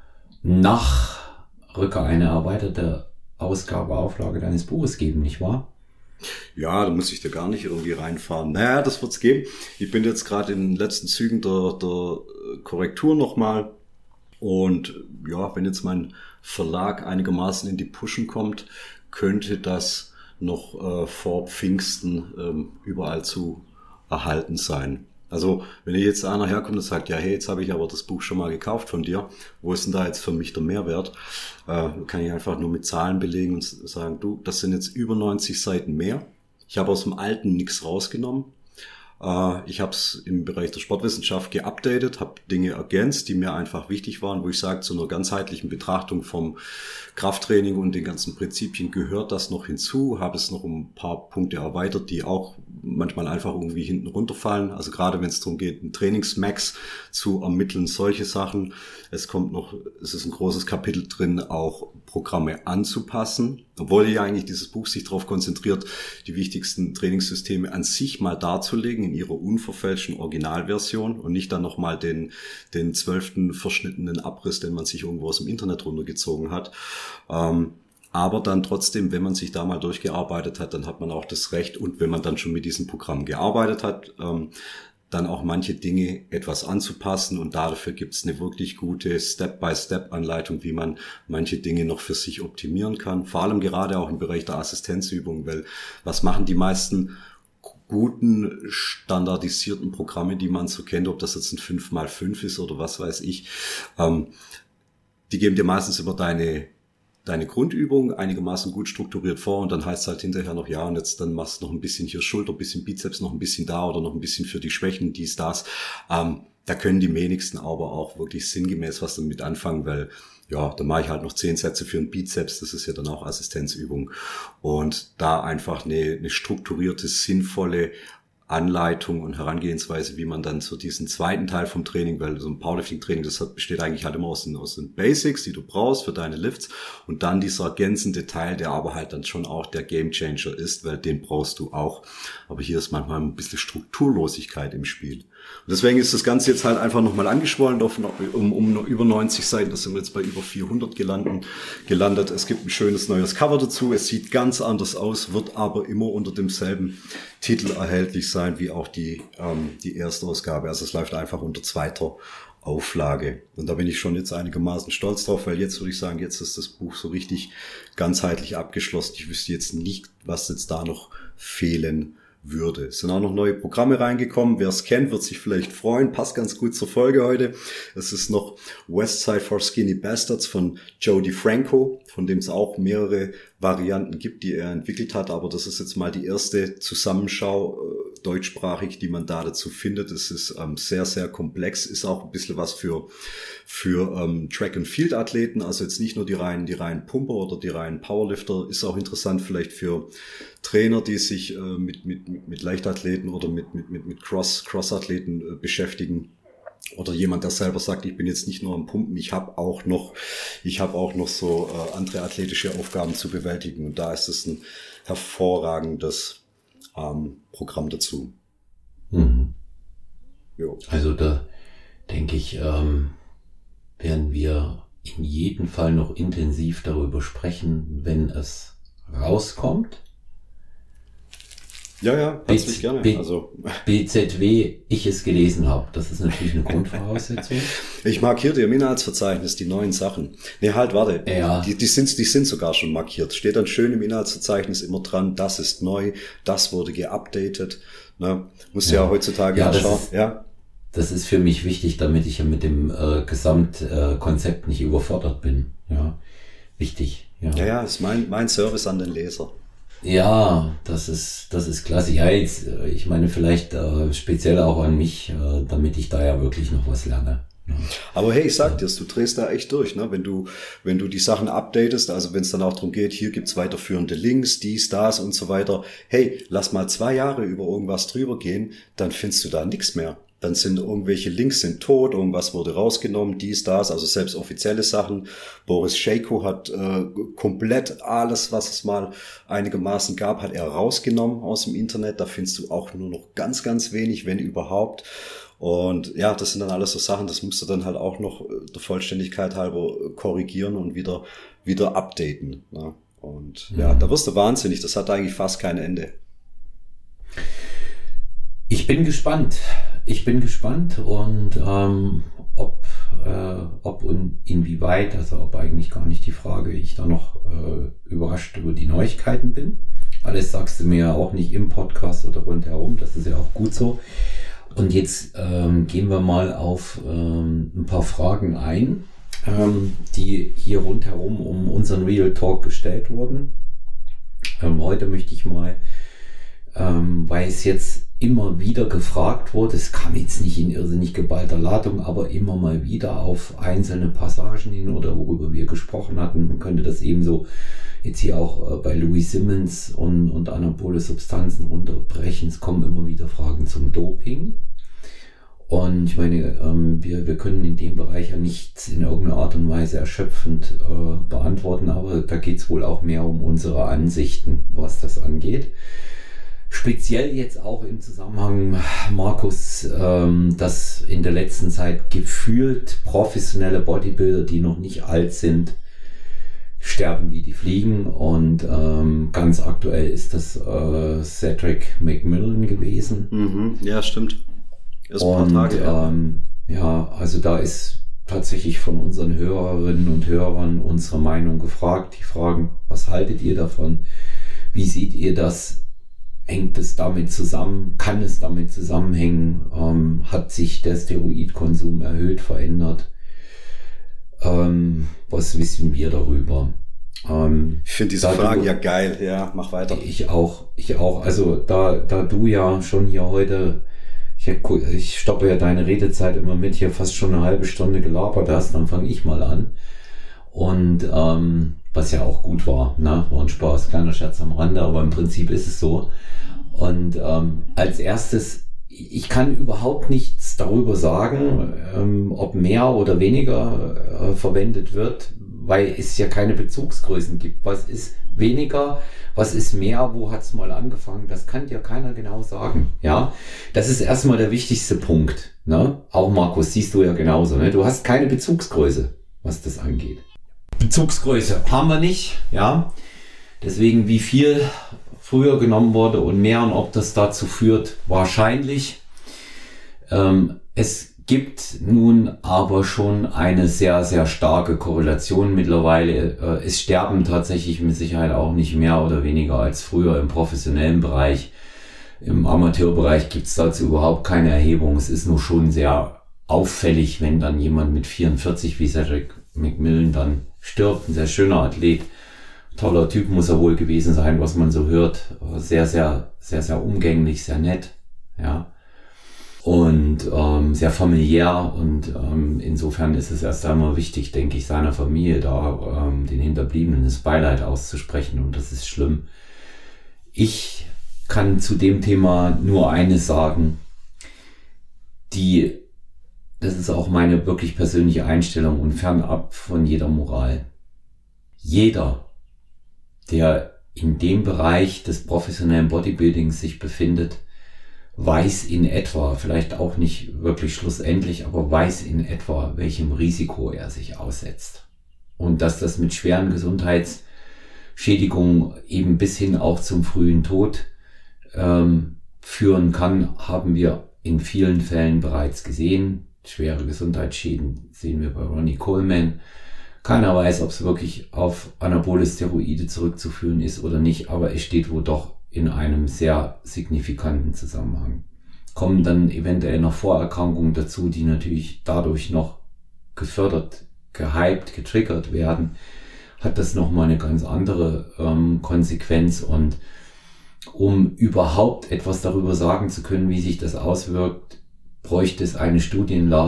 Nachrücker, eine erweiterte Auflage deines Buches geben, nicht wahr? Ja, da muss ich da gar nicht irgendwie reinfahren. Naja, das wird's geben. Ich bin jetzt gerade in den letzten Zügen der Korrektur nochmal. Und ja, wenn jetzt mein Verlag einigermaßen in die Pushen kommt, könnte das noch vor Pfingsten überall zu erhalten sein. Also wenn jetzt einer herkommt und sagt, ja, hey, jetzt habe ich aber das Buch schon mal gekauft von dir, wo ist denn da jetzt für mich der Mehrwert? Kann ich einfach nur mit Zahlen belegen und sagen, du, das sind jetzt über 90 Seiten mehr. Ich habe aus dem Alten nichts rausgenommen. Ich habe es im Bereich der Sportwissenschaft geupdatet, habe Dinge ergänzt, die mir einfach wichtig waren, wo ich sage, zu einer ganzheitlichen Betrachtung vom Krafttraining und den ganzen Prinzipien gehört das noch hinzu, habe es noch um ein paar Punkte erweitert, die auch manchmal einfach irgendwie hinten runterfallen. Also gerade wenn es darum geht, einen Trainingsmax zu ermitteln, solche Sachen. Es ist ein großes Kapitel drin, auch Programme anzupassen, obwohl ja eigentlich dieses Buch sich darauf konzentriert, die wichtigsten Trainingssysteme an sich mal darzulegen in ihrer unverfälschten Originalversion und nicht dann nochmal den 12. verschnittenen Abriss, den man sich irgendwo aus dem Internet runtergezogen hat. Aber dann trotzdem, wenn man sich da mal durchgearbeitet hat, dann hat man auch das Recht, und wenn man dann schon mit diesem Programm gearbeitet hat, dann auch manche Dinge etwas anzupassen, und dafür gibt es eine wirklich gute Step-by-Step-Anleitung, wie man manche Dinge noch für sich optimieren kann. Vor allem gerade auch im Bereich der Assistenzübung, weil was machen die meisten guten, standardisierten Programme, die man so kennt, ob das jetzt ein 5x5 ist oder was weiß ich, die geben dir meistens immer deine Grundübung einigermaßen gut strukturiert vor, und dann heißt es halt hinterher noch, ja, und jetzt dann machst du noch ein bisschen hier Schulter, ein bisschen Bizeps, noch ein bisschen da oder noch ein bisschen für die Schwächen, dies, das. Da können die wenigsten aber auch wirklich sinngemäß was damit anfangen, weil ja, dann mache ich halt noch 10 Sätze für einen Bizeps, das ist ja dann auch Assistenzübung. Und da einfach eine strukturierte, sinnvolle Anleitung und Herangehensweise, wie man dann zu diesem zweiten Teil vom Training, weil so ein Powerlifting-Training, das besteht eigentlich halt immer aus den Basics, die du brauchst für deine Lifts, und dann dieser ergänzende Teil, der aber halt dann schon auch der Gamechanger ist, weil den brauchst du auch. Aber hier ist manchmal ein bisschen Strukturlosigkeit im Spiel. Und deswegen ist das Ganze jetzt halt einfach nochmal angeschwollen um über 90 Seiten. Da sind wir jetzt bei über 400 gelandet. Es gibt ein schönes neues Cover dazu. Es sieht ganz anders aus, wird aber immer unter demselben Titel erhältlich sein wie auch die Erstausgabe. Also es läuft einfach unter zweiter Auflage. Und da bin ich schon jetzt einigermaßen stolz drauf, weil jetzt würde ich sagen, jetzt ist das Buch so richtig ganzheitlich abgeschlossen. Ich wüsste jetzt nicht, was jetzt da noch fehlen würde. Es sind auch noch neue Programme reingekommen. Wer es kennt, wird sich vielleicht freuen. Passt ganz gut zur Folge heute. Es ist noch Westside for Skinny Bastards von Joe DeFranco, von dem es auch mehrere Varianten gibt, die er entwickelt hat. Aber das ist jetzt mal die erste Zusammenschau deutschsprachig, die man da dazu findet. Es ist sehr, sehr komplex. Ist auch ein bisschen was für Track-and-Field-Athleten. Also jetzt nicht nur die reinen Pumper oder die reinen Powerlifter. Ist auch interessant vielleicht für Trainer, die sich mit Leichtathleten oder mit Cross-Athleten beschäftigen. Oder jemand, der selber sagt, ich bin jetzt nicht nur am Pumpen, ich habe auch noch so andere athletische Aufgaben zu bewältigen. Und da ist es ein hervorragendes Programm dazu. Mhm. Jo. Also da denke ich, werden wir in jedem Fall noch intensiv darüber sprechen, wenn es rauskommt. Ja, herzlich gerne. Also BZW, ich es gelesen habe. Das ist natürlich eine Grundvoraussetzung. Ich markiere dir im Inhaltsverzeichnis die neuen Sachen. Nee, halt, warte. Ja. Die sind sogar schon markiert. Steht dann schön im Inhaltsverzeichnis immer dran, das ist neu, das wurde geupdatet. Ne? Musst ja heutzutage anschauen. Ja. Das ist für mich wichtig, damit ich ja mit dem Gesamtkonzept nicht überfordert bin. Ja, wichtig. Ja, ist mein Service an den Leser. Ja, das ist klasse. Ja, jetzt, ich meine vielleicht speziell auch an mich, damit ich da ja wirklich noch was lerne. Aber hey, ich sag dir's, du drehst da echt durch, ne? Wenn du die Sachen updatest, also wenn es dann auch darum geht, hier gibt's weiterführende Links, dies, das und so weiter. Hey, lass mal 2 Jahre über irgendwas drüber gehen, dann findest du da nichts mehr. Dann sind irgendwelche Links sind tot, irgendwas wurde rausgenommen, dies, das, also selbst offizielle Sachen. Boris Schejko hat komplett alles, was es mal einigermaßen gab, hat er rausgenommen aus dem Internet. Da findest du auch nur noch ganz, ganz wenig, wenn überhaupt. Und ja, das sind dann alles so Sachen, das musst du dann halt auch noch der Vollständigkeit halber korrigieren und wieder updaten. Ne? Und ja, da wirst du wahnsinnig. Das hat eigentlich fast kein Ende. Ich bin gespannt und ob und inwieweit, also ob eigentlich gar nicht die Frage, ich da noch überrascht über die Neuigkeiten bin. Alles sagst du mir ja auch nicht im Podcast oder rundherum, das ist ja auch gut so. Und jetzt gehen wir mal auf ein paar Fragen ein, die hier rundherum um unseren Real Talk gestellt wurden. Heute möchte ich mal, weil es jetzt immer wieder gefragt wurde, es kam jetzt nicht in irrsinnig geballter Ladung, aber immer mal wieder auf einzelne Passagen hin oder worüber wir gesprochen hatten. Man könnte das ebenso jetzt hier auch bei Louis Simmons und anabole Substanzen runterbrechen. Es kommen immer wieder Fragen zum Doping. Und ich meine, wir können in dem Bereich ja nichts in irgendeiner Art und Weise erschöpfend beantworten, aber da geht es wohl auch mehr um unsere Ansichten, was das angeht. Speziell jetzt auch im Zusammenhang, Markus, dass in der letzten Zeit gefühlt professionelle Bodybuilder, die noch nicht alt sind, sterben wie die Fliegen. Und ganz aktuell ist das Cedric McMillan gewesen. Mhm, ja, stimmt. Ist ein paar Tage, ja, also da ist tatsächlich von unseren Hörerinnen und Hörern unsere Meinung gefragt. Die fragen, was haltet ihr davon? Wie seht ihr das? Hängt es damit zusammen? Kann es damit zusammenhängen? Hat sich der Steroidkonsum erhöht, verändert? Was wissen wir darüber? Ich finde diese Fragen ja geil. Ja, mach weiter. Ich auch. Also da du ja schon hier heute, ich stoppe ja deine Redezeit immer mit, hier fast schon eine halbe Stunde gelabert hast, dann fange ich mal an. Und was ja auch gut war, ne? War ein Spaß, kleiner Scherz am Rande, aber im Prinzip ist es so. Und als erstes, ich kann überhaupt nichts darüber sagen, ob mehr oder weniger verwendet wird, weil es ja keine Bezugsgrößen gibt. Was ist weniger, was ist mehr, wo hat's mal angefangen? Das kann dir keiner genau sagen. Ja, das ist erstmal der wichtigste Punkt. Ne? Auch Markus, siehst du ja genauso. Ne? Du hast keine Bezugsgröße, was das angeht. Bezugsgröße haben wir nicht. Ja, deswegen wie viel früher genommen wurde und mehr und ob das dazu führt, wahrscheinlich. Es gibt nun aber schon eine sehr, sehr starke Korrelation mittlerweile. Es sterben tatsächlich mit Sicherheit auch nicht mehr oder weniger als früher im professionellen Bereich. Im Amateurbereich gibt es dazu überhaupt keine Erhebung. Es ist nur schon sehr auffällig, wenn dann jemand mit 44 wie Cedric McMillan dann stirbt. Ein sehr schöner Athlet. Toller Typ muss er wohl gewesen sein, was man so hört. Sehr, sehr, sehr, sehr umgänglich, sehr nett. Ja. Und sehr familiär und insofern ist es erst einmal wichtig, denke ich, seiner Familie da den Hinterbliebenen das Beileid auszusprechen und das ist schlimm. Ich kann zu dem Thema nur eines sagen, das ist auch meine wirklich persönliche Einstellung und fernab von jeder Moral. Jeder, der in dem Bereich des professionellen Bodybuildings sich befindet, weiß in etwa, vielleicht auch nicht wirklich schlussendlich, aber weiß in etwa, welchem Risiko er sich aussetzt. Und dass das mit schweren Gesundheitsschädigungen eben bis hin auch zum frühen Tod führen kann, haben wir in vielen Fällen bereits gesehen. Schwere Gesundheitsschäden sehen wir bei Ronnie Coleman. Keiner weiß, ob es wirklich auf anabole Steroide zurückzuführen ist oder nicht, aber es steht wohl doch in einem sehr signifikanten Zusammenhang. Kommen dann eventuell noch Vorerkrankungen dazu, die natürlich dadurch noch gefördert, gehypt, getriggert werden, hat das nochmal eine ganz andere Konsequenz. Und um überhaupt etwas darüber sagen zu können, wie sich das auswirkt, bräuchte es eine Studienlage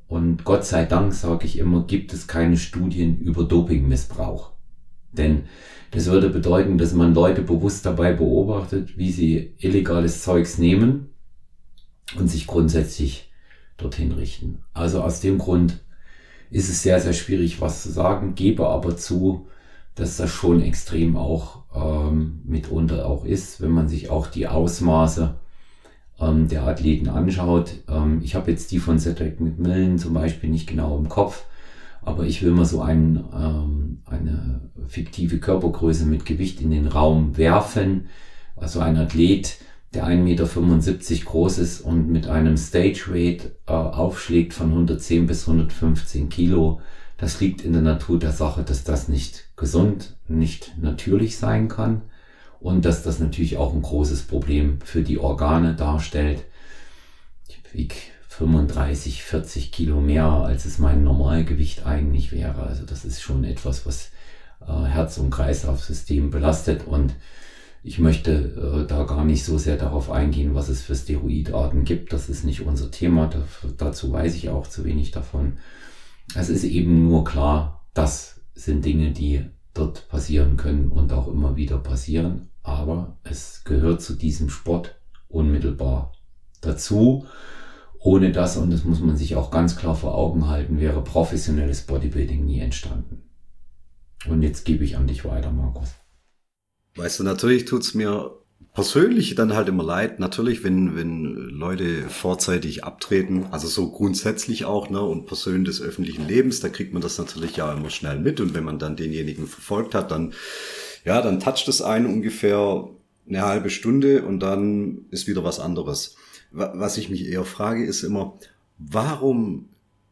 und Gott sei Dank, sage ich immer, gibt es keine Studien über Dopingmissbrauch. Denn das würde bedeuten, dass man Leute bewusst dabei beobachtet, wie sie illegales Zeugs nehmen und sich grundsätzlich dorthin richten. Also aus dem Grund ist es sehr, sehr schwierig, was zu sagen, gebe aber zu, dass das schon extrem auch mitunter auch ist, wenn man sich auch die Ausmaße der Athleten anschaut. Ich habe jetzt die von Cedric McMillan zum Beispiel nicht genau im Kopf, aber ich will mal so eine fiktive Körpergröße mit Gewicht in den Raum werfen. Also ein Athlet, der 1,75 Meter groß ist und mit einem Stage Weight aufschlägt von 110 bis 115 Kilo. Das liegt in der Natur der Sache, dass das nicht gesund, nicht natürlich sein kann und dass das natürlich auch ein großes Problem für die Organe darstellt. Ich wiege 35, 40 Kilo mehr, als es mein Normalgewicht eigentlich wäre. Also das ist schon etwas, was Herz- und Kreislaufsystem belastet und ich möchte da gar nicht so sehr darauf eingehen, was es für Steroidarten gibt. Das ist nicht unser Thema, dazu weiß ich auch zu wenig davon. Es ist eben nur klar, das sind Dinge, die dort passieren können und auch immer wieder passieren. Aber es gehört zu diesem Sport unmittelbar dazu. Ohne das, und das muss man sich auch ganz klar vor Augen halten, wäre professionelles Bodybuilding nie entstanden. Und jetzt gebe ich an dich weiter, Markus. Weißt du, natürlich tut's mir persönlich dann halt immer leid. Natürlich, wenn Leute vorzeitig abtreten, also so grundsätzlich auch, ne, und Personen des öffentlichen Lebens, da kriegt man das natürlich ja immer schnell mit. Und wenn man dann denjenigen verfolgt hat, dann toucht es einen ungefähr eine halbe Stunde und dann ist wieder was anderes. Was ich mich eher frage, ist immer, warum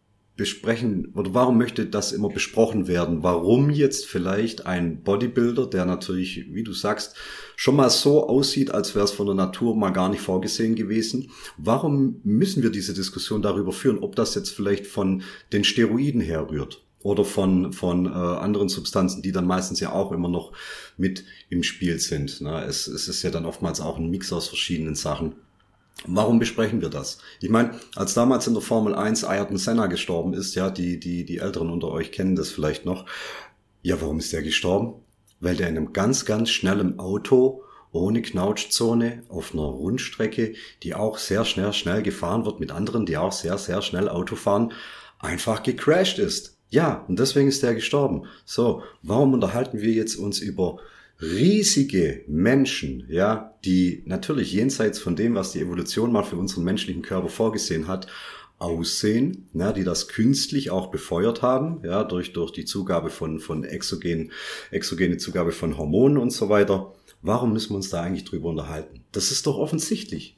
möchte das immer besprochen werden? Warum jetzt vielleicht ein Bodybuilder, der natürlich, wie du sagst, schon mal so aussieht, als wäre es von der Natur mal gar nicht vorgesehen gewesen? Warum müssen wir diese Diskussion darüber führen, ob das jetzt vielleicht von den Steroiden herrührt oder von anderen Substanzen, die dann meistens ja auch immer noch mit im Spiel sind? Es ist ja dann oftmals auch ein Mix aus verschiedenen Sachen. Warum besprechen wir das? Ich meine, als damals in der Formel 1 Ayrton Senna gestorben ist, ja, die Älteren unter euch kennen das vielleicht noch. Ja, warum ist der gestorben? Weil der in einem ganz, ganz schnellen Auto ohne Knautschzone auf einer Rundstrecke, die auch sehr schnell gefahren wird mit anderen, die auch sehr, sehr schnell Auto fahren, einfach gecrashed ist. Ja, und deswegen ist der gestorben. So, warum unterhalten wir jetzt uns über riesige Menschen, ja, die natürlich jenseits von dem, was die Evolution mal für unseren menschlichen Körper vorgesehen hat, aussehen, ja, die das künstlich auch befeuert haben, ja, durch die Zugabe von exogene Zugabe von Hormonen und so weiter. Warum müssen wir uns da eigentlich drüber unterhalten? Das ist doch offensichtlich.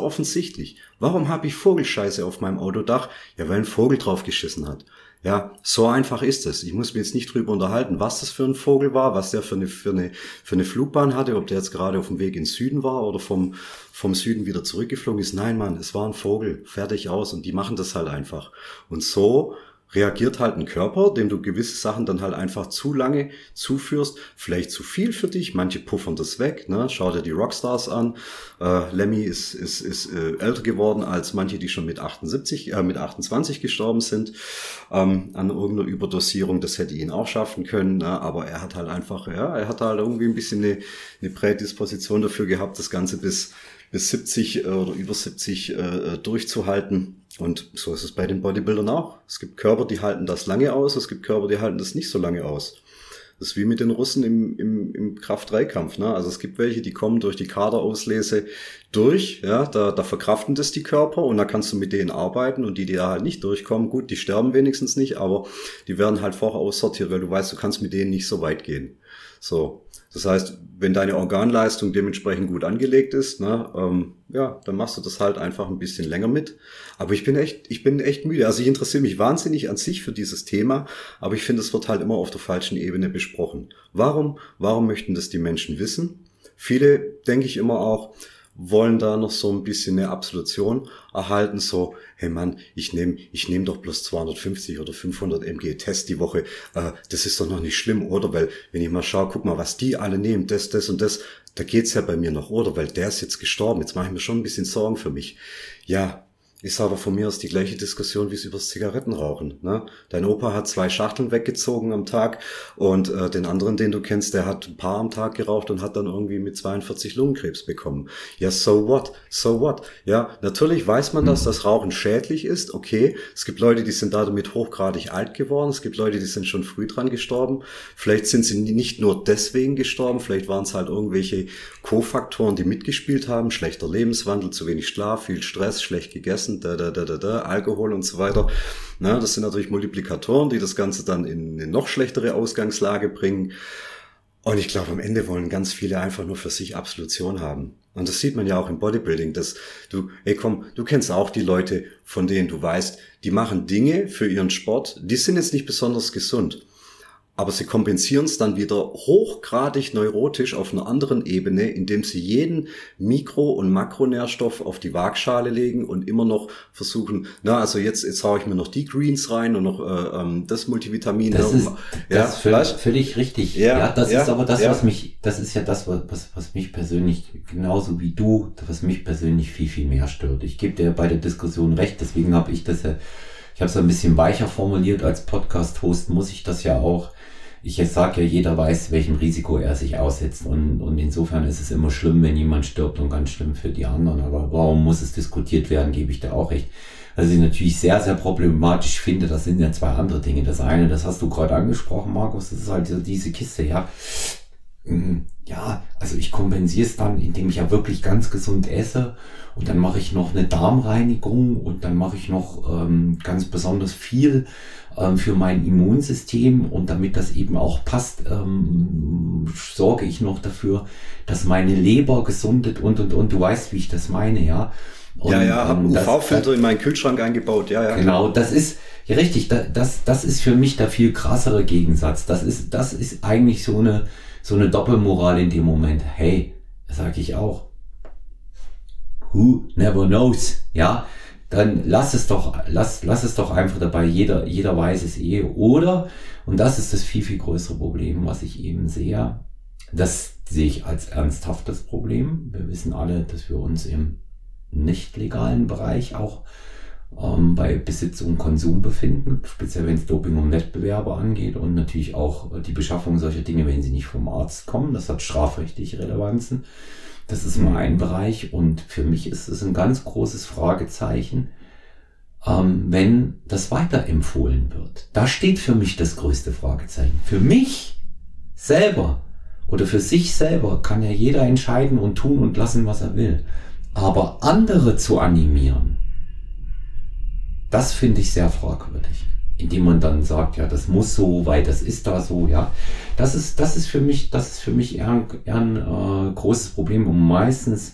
Warum habe ich Vogelscheiße auf meinem Autodach? Ja, weil ein Vogel drauf geschissen hat. Ja, so einfach ist es. Ich muss mir jetzt nicht drüber unterhalten, was das für ein Vogel war, was der für eine Flugbahn hatte, ob der jetzt gerade auf dem Weg ins Süden war oder vom Süden wieder zurückgeflogen ist. Nein, Mann, es war ein Vogel, fertig aus, und die machen das halt einfach. Und so reagiert halt ein Körper, dem du gewisse Sachen dann halt einfach zu lange zuführst, vielleicht zu viel für dich, manche puffern das weg, ne? Schau dir die Rockstars an, Lemmy ist älter geworden als manche, die schon mit 28 gestorben sind, an irgendeiner Überdosierung, das hätte ihn auch schaffen können, ne? Aber er hat halt einfach, er hat halt irgendwie ein bisschen eine Prädisposition dafür gehabt, das Ganze bis 70 oder über 70 durchzuhalten. Und so ist es bei den Bodybuildern auch. Es gibt Körper, die halten das lange aus, es gibt Körper, die halten das nicht so lange aus. Das ist wie mit den Russen im Kraft-3-Kampf, ne? Also es gibt welche, die kommen durch die Kaderauslese durch, ja, da verkraften das die Körper und da kannst du mit denen arbeiten, und die da halt nicht durchkommen, gut, die sterben wenigstens nicht, aber die werden halt vorher aussortiert, weil du weißt, du kannst mit denen nicht so weit gehen. So. Das heißt, wenn deine Organleistung dementsprechend gut angelegt ist, ne, dann machst du das halt einfach ein bisschen länger mit. Aber ich bin echt müde. Also ich interessiere mich wahnsinnig an sich für dieses Thema, aber ich finde, es wird halt immer auf der falschen Ebene besprochen. Warum möchten das die Menschen wissen? Viele, denke ich immer auch, wollen da noch so ein bisschen eine Absolution erhalten, so, hey Mann, ich nehm doch bloß 250 oder 500 mg Test die Woche, das ist doch noch nicht schlimm, oder? Weil, wenn ich mal schaue, guck mal, was die alle nehmen, das und das, da geht's ja bei mir noch, oder? Weil der ist jetzt gestorben, jetzt mache ich mir schon ein bisschen Sorgen für mich. Ja, ist aber von mir aus die gleiche Diskussion wie es übers Zigarettenrauchen. Ne? Dein Opa hat 2 Schachteln weggezogen am Tag und den anderen, den du kennst, der hat ein paar am Tag geraucht und hat dann irgendwie mit 42 Lungenkrebs bekommen. Ja, so what? So what? Ja, natürlich weiß man, dass das Rauchen schädlich ist. Okay, es gibt Leute, die sind damit hochgradig alt geworden. Es gibt Leute, die sind schon früh dran gestorben. Vielleicht sind sie nicht nur deswegen gestorben, vielleicht waren es halt irgendwelche Kofaktoren, die mitgespielt haben. Schlechter Lebenswandel, zu wenig Schlaf, viel Stress, schlecht gegessen, Alkohol und so weiter. Na, das sind natürlich Multiplikatoren, die das Ganze dann in eine noch schlechtere Ausgangslage bringen. Und ich glaube, am Ende wollen ganz viele einfach nur für sich Absolution haben. Und das sieht man ja auch im Bodybuilding, dass du kennst auch die Leute, von denen du weißt, die machen Dinge für ihren Sport, die sind jetzt nicht besonders gesund. Aber sie kompensieren es dann wieder hochgradig neurotisch auf einer anderen Ebene, indem sie jeden Mikro- und Makronährstoff auf die Waagschale legen und immer noch versuchen, also jetzt haue ich mir noch die Greens rein und noch das Multivitamin. Das ist völlig richtig. Ist aber das, was mich persönlich, genauso wie du, was mich persönlich viel, viel mehr stört. Ich gebe dir bei der Diskussion recht, deswegen habe ich das ich habe es ein bisschen weicher formuliert, als Podcast-Host muss ich das ja auch. Ich sage ja, jeder weiß, welchem Risiko er sich aussetzt und insofern ist es immer schlimm, wenn jemand stirbt und ganz schlimm für die anderen, aber warum muss es diskutiert werden, gebe ich da auch recht. Was ich natürlich sehr, sehr problematisch finde, das sind ja 2 andere Dinge. Das eine, das hast du gerade angesprochen, Markus, das ist halt diese Kiste, ja. Ja, also ich kompensiere es dann, indem ich ja wirklich ganz gesund esse und dann mache ich noch eine Darmreinigung und dann mache ich noch ganz besonders viel für mein Immunsystem und damit das eben auch passt, sorge ich noch dafür, dass meine Leber gesundet und. Du weißt, wie ich das meine, ja. Und, habe UV-Filter in meinen Kühlschrank eingebaut, ja. Genau, das ist, ja richtig, das ist für mich der viel krassere Gegensatz. Das ist eigentlich so eine Doppelmoral in dem Moment. Hey, sage ich auch. Who never knows, ja. Dann lass es doch einfach dabei. Jeder weiß es eh. Oder, und das ist das viel, viel größere Problem, was ich eben sehe. Das sehe ich als ernsthaftes Problem. Wir wissen alle, dass wir uns im nicht legalen Bereich auch bei Besitz und Konsum befinden, speziell wenn es Doping und Wettbewerbe angeht und natürlich auch die Beschaffung solcher Dinge, wenn sie nicht vom Arzt kommen. Das hat strafrechtliche Relevanzen. Das ist mal ein Bereich und für mich ist es ein ganz großes Fragezeichen, wenn das weiterempfohlen wird. Da steht für mich das größte Fragezeichen. Für mich selber oder für sich selber kann ja jeder entscheiden und tun und lassen, was er will. Aber andere zu animieren, das finde ich sehr fragwürdig. Indem man dann sagt, ja, das muss so, weil das ist da so, ja. Das ist für mich eher ein großes Problem und meistens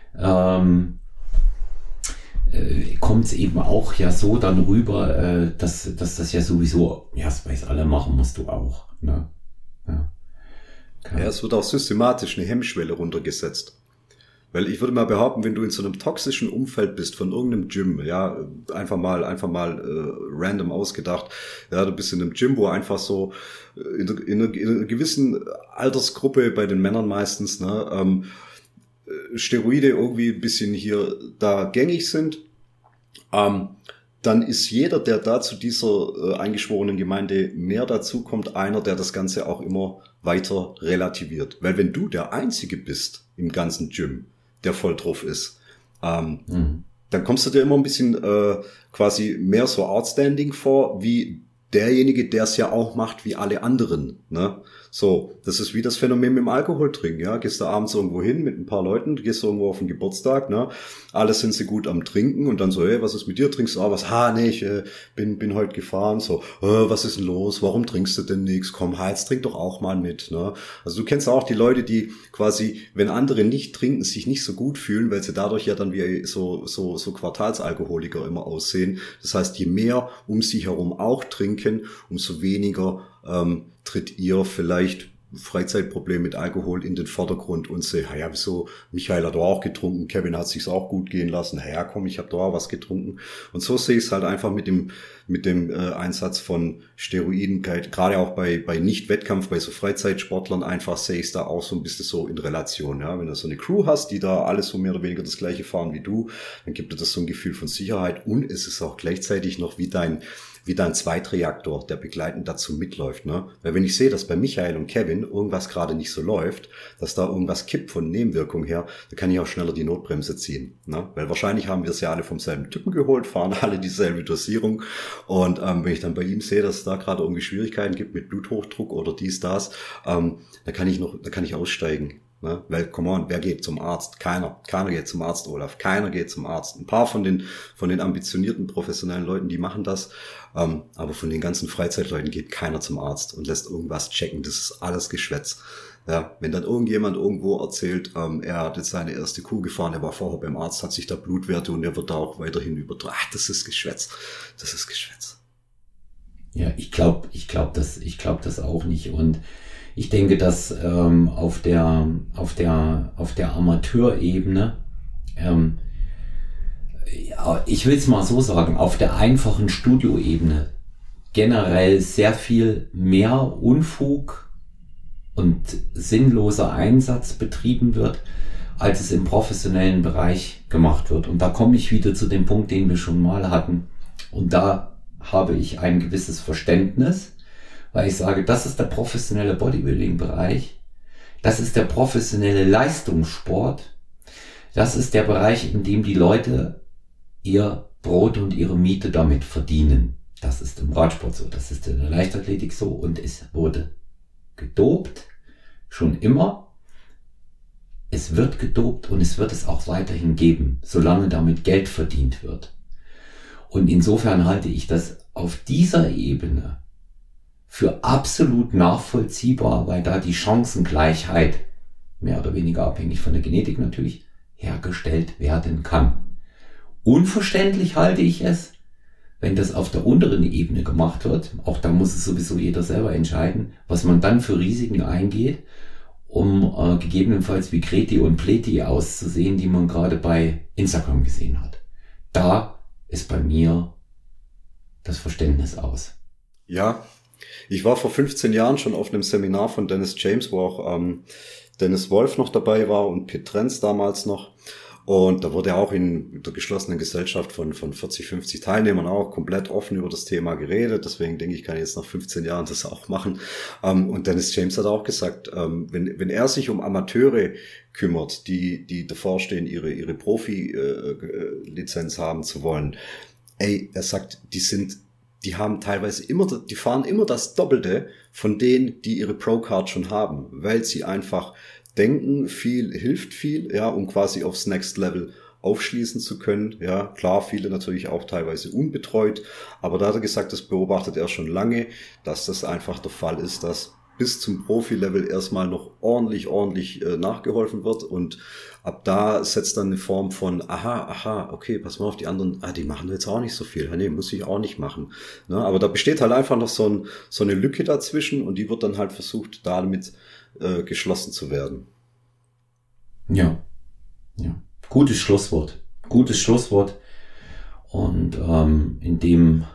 kommt es eben auch ja so dann rüber, dass das ja sowieso, ja, das weiß alle machen, musst du auch, ne? Ja. Ja, es wird auch systematisch eine Hemmschwelle runtergesetzt. Weil ich würde mal behaupten, wenn du in so einem toxischen Umfeld bist von irgendeinem Gym, ja, einfach mal random ausgedacht, ja, du bist in einem Gym, wo einfach so in einer gewissen Altersgruppe bei den Männern meistens, ne, Steroide irgendwie ein bisschen hier da gängig sind, dann ist jeder, der da zu dieser eingeschworenen Gemeinde mehr dazu kommt, einer, der das Ganze auch immer weiter relativiert. Weil wenn du der Einzige bist im ganzen Gym, der voll drauf ist, dann kommst du dir immer ein bisschen quasi mehr so outstanding vor, wie derjenige, der es ja auch macht wie alle anderen, ne? So, das ist wie das Phänomen mit dem Alkohol trinken, ja. Gehst du abends irgendwo hin mit ein paar Leuten, gehst du irgendwo auf den Geburtstag, ne? Alle sind sie gut am Trinken und dann so, hey, was ist mit dir? Trinkst du auch was? Nee, ich bin heute gefahren, so, was ist denn los? Warum trinkst du denn nichts? Komm, jetzt trink doch auch mal mit, ne? Also du kennst auch die Leute, die quasi, wenn andere nicht trinken, sich nicht so gut fühlen, weil sie dadurch ja dann wie so Quartalsalkoholiker immer aussehen. Das heißt, je mehr um sich herum auch trinken, umso weniger tritt ihr vielleicht Freizeitproblem mit Alkohol in den Vordergrund und sehe, ja, wieso, Michael hat doch auch getrunken, Kevin hat sich's auch gut gehen lassen, ja, komm, ich habe doch auch was getrunken. Und so sehe ich es halt einfach mit dem Einsatz von Steroiden, gerade auch bei Nicht-Wettkampf, bei so Freizeitsportlern, einfach sehe ich es da auch so ein bisschen so in Relation. Ja, wenn du so eine Crew hast, die da alles so mehr oder weniger das Gleiche fahren wie du, dann gibt dir das so ein Gefühl von Sicherheit und es ist auch gleichzeitig noch wie dein Zweitreaktor, der begleitend dazu mitläuft, ne? Weil wenn ich sehe, dass bei Michael und Kevin irgendwas gerade nicht so läuft, dass da irgendwas kippt von Nebenwirkung her, dann kann ich auch schneller die Notbremse ziehen, ne? Weil wahrscheinlich haben wir es ja alle vom selben Typen geholt, fahren alle dieselbe Dosierung und wenn ich dann bei ihm sehe, dass es da gerade irgendwie Schwierigkeiten gibt mit Bluthochdruck oder dies, das, dann kann ich aussteigen. Ne? Weil, come on, wer geht zum Arzt? Keiner geht zum Arzt, Olaf. Keiner geht zum Arzt. Ein paar von den ambitionierten, professionellen Leuten, die machen das. Aber von den ganzen Freizeitleuten geht keiner zum Arzt und lässt irgendwas checken. Das ist alles Geschwätz. Ja, wenn dann irgendjemand irgendwo erzählt, er hat jetzt seine erste Kuh gefahren, er war vorher beim Arzt, hat sich da Blutwerte und er wird da auch weiterhin übertragen. Das ist Geschwätz. Das ist Geschwätz. Ja, ich glaube das auch nicht. Und ich denke, dass auf der Amateurebene, ich will es mal so sagen, auf der einfachen Studioebene generell sehr viel mehr Unfug und sinnloser Einsatz betrieben wird, als es im professionellen Bereich gemacht wird. Und da komme ich wieder zu dem Punkt, den wir schon mal hatten. Und da habe ich ein gewisses Verständnis, weil ich sage, das ist der professionelle Bodybuilding-Bereich, das ist der professionelle Leistungssport, das ist der Bereich, in dem die Leute ihr Brot und ihre Miete damit verdienen. Das ist im Radsport so, das ist in der Leichtathletik so und es wurde gedopt, schon immer. Es wird gedopt und es wird es auch weiterhin geben, solange damit Geld verdient wird. Und insofern halte ich das auf dieser Ebene für absolut nachvollziehbar, weil da die Chancengleichheit, mehr oder weniger abhängig von der Genetik natürlich, hergestellt werden kann. Unverständlich halte ich es, wenn das auf der unteren Ebene gemacht wird. Auch da muss es sowieso jeder selber entscheiden, was man dann für Risiken eingeht, um gegebenenfalls wie Kreti und Pleti auszusehen, die man gerade bei Instagram gesehen hat. Da ist bei mir das Verständnis aus. Ja, ich war vor 15 Jahren schon auf einem Seminar von Dennis James, wo auch Dennis Wolf noch dabei war und Pete Trenz damals noch. Und da wurde auch in der geschlossenen Gesellschaft von 40, 50 Teilnehmern auch komplett offen über das Thema geredet. Deswegen denke ich, kann ich jetzt nach 15 Jahren das auch machen. Und Dennis James hat auch gesagt, wenn er sich um Amateure kümmert, die davor stehen, ihre Profi-Lizenz haben zu wollen, er sagt, die haben teilweise die fahren immer das Doppelte von denen, die ihre Pro-Card schon haben, weil sie einfach denken, viel hilft viel, ja, um quasi aufs Next Level aufschließen zu können. Ja, klar, viele natürlich auch teilweise unbetreut, aber da hat er gesagt, das beobachtet er schon lange, dass das einfach der Fall ist, dass bis zum Profi-Level erstmal noch ordentlich nachgeholfen wird und ab da setzt dann eine Form von, okay, pass mal auf, die anderen, die machen jetzt auch nicht so viel, nee, muss ich auch nicht machen. Ne? Aber da besteht halt einfach noch so eine Lücke dazwischen und die wird dann halt versucht, damit geschlossen zu werden. Ja. Gutes Schlusswort. Und in dem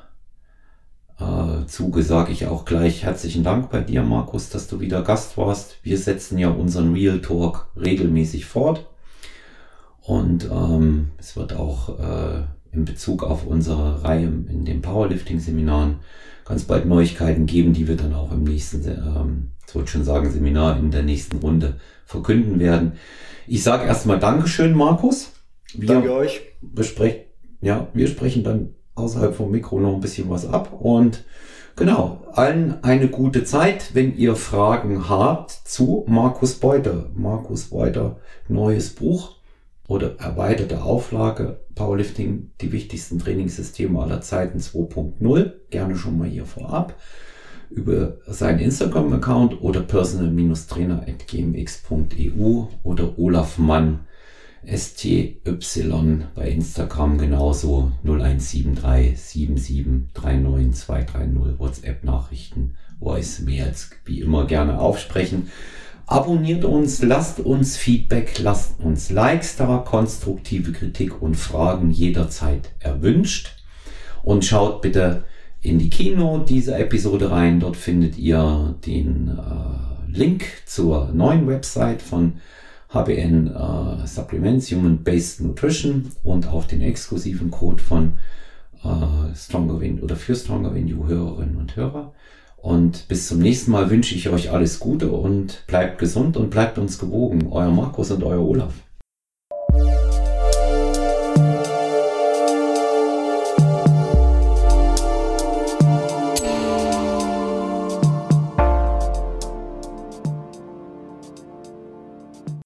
Zuge sage ich auch gleich herzlichen Dank bei dir, Markus, dass du wieder Gast warst. Wir setzen ja unseren Real Talk regelmäßig fort. Und es wird auch in Bezug auf unsere Reihe in den Powerlifting-Seminaren ganz bald Neuigkeiten geben, die wir dann auch im nächsten, ich wollte schon sagen, Seminar in der nächsten Runde verkünden werden. Ich sage erstmal Dankeschön, Markus. Danke euch. Wir sprechen dann außerhalb vom Mikro noch ein bisschen was ab und genau, allen eine gute Zeit. Wenn ihr Fragen habt zu Markus Beuter, neues Buch oder erweiterte Auflage, Powerlifting, die wichtigsten Trainingssysteme aller Zeiten 2.0, gerne schon mal hier vorab, über seinen Instagram-Account oder personal-trainer@gmx.eu oder Olaf Mann STY bei Instagram genauso 0173 77 39 230 WhatsApp-Nachrichten Voice Mails wie immer gerne aufsprechen. Abonniert uns, lasst uns Feedback, lasst uns Likes da, konstruktive Kritik und Fragen jederzeit erwünscht. Und schaut bitte in die Keynote dieser Episode rein. Dort findet ihr den Link zur neuen Website von HBN Supplements, Human Based Nutrition, und auch den exklusiven Code von Stronger Than oder für Stronger Than You Hörerinnen und Hörer. Und bis zum nächsten Mal wünsche ich euch alles Gute und bleibt gesund und bleibt uns gewogen. Euer Markus und euer Olaf.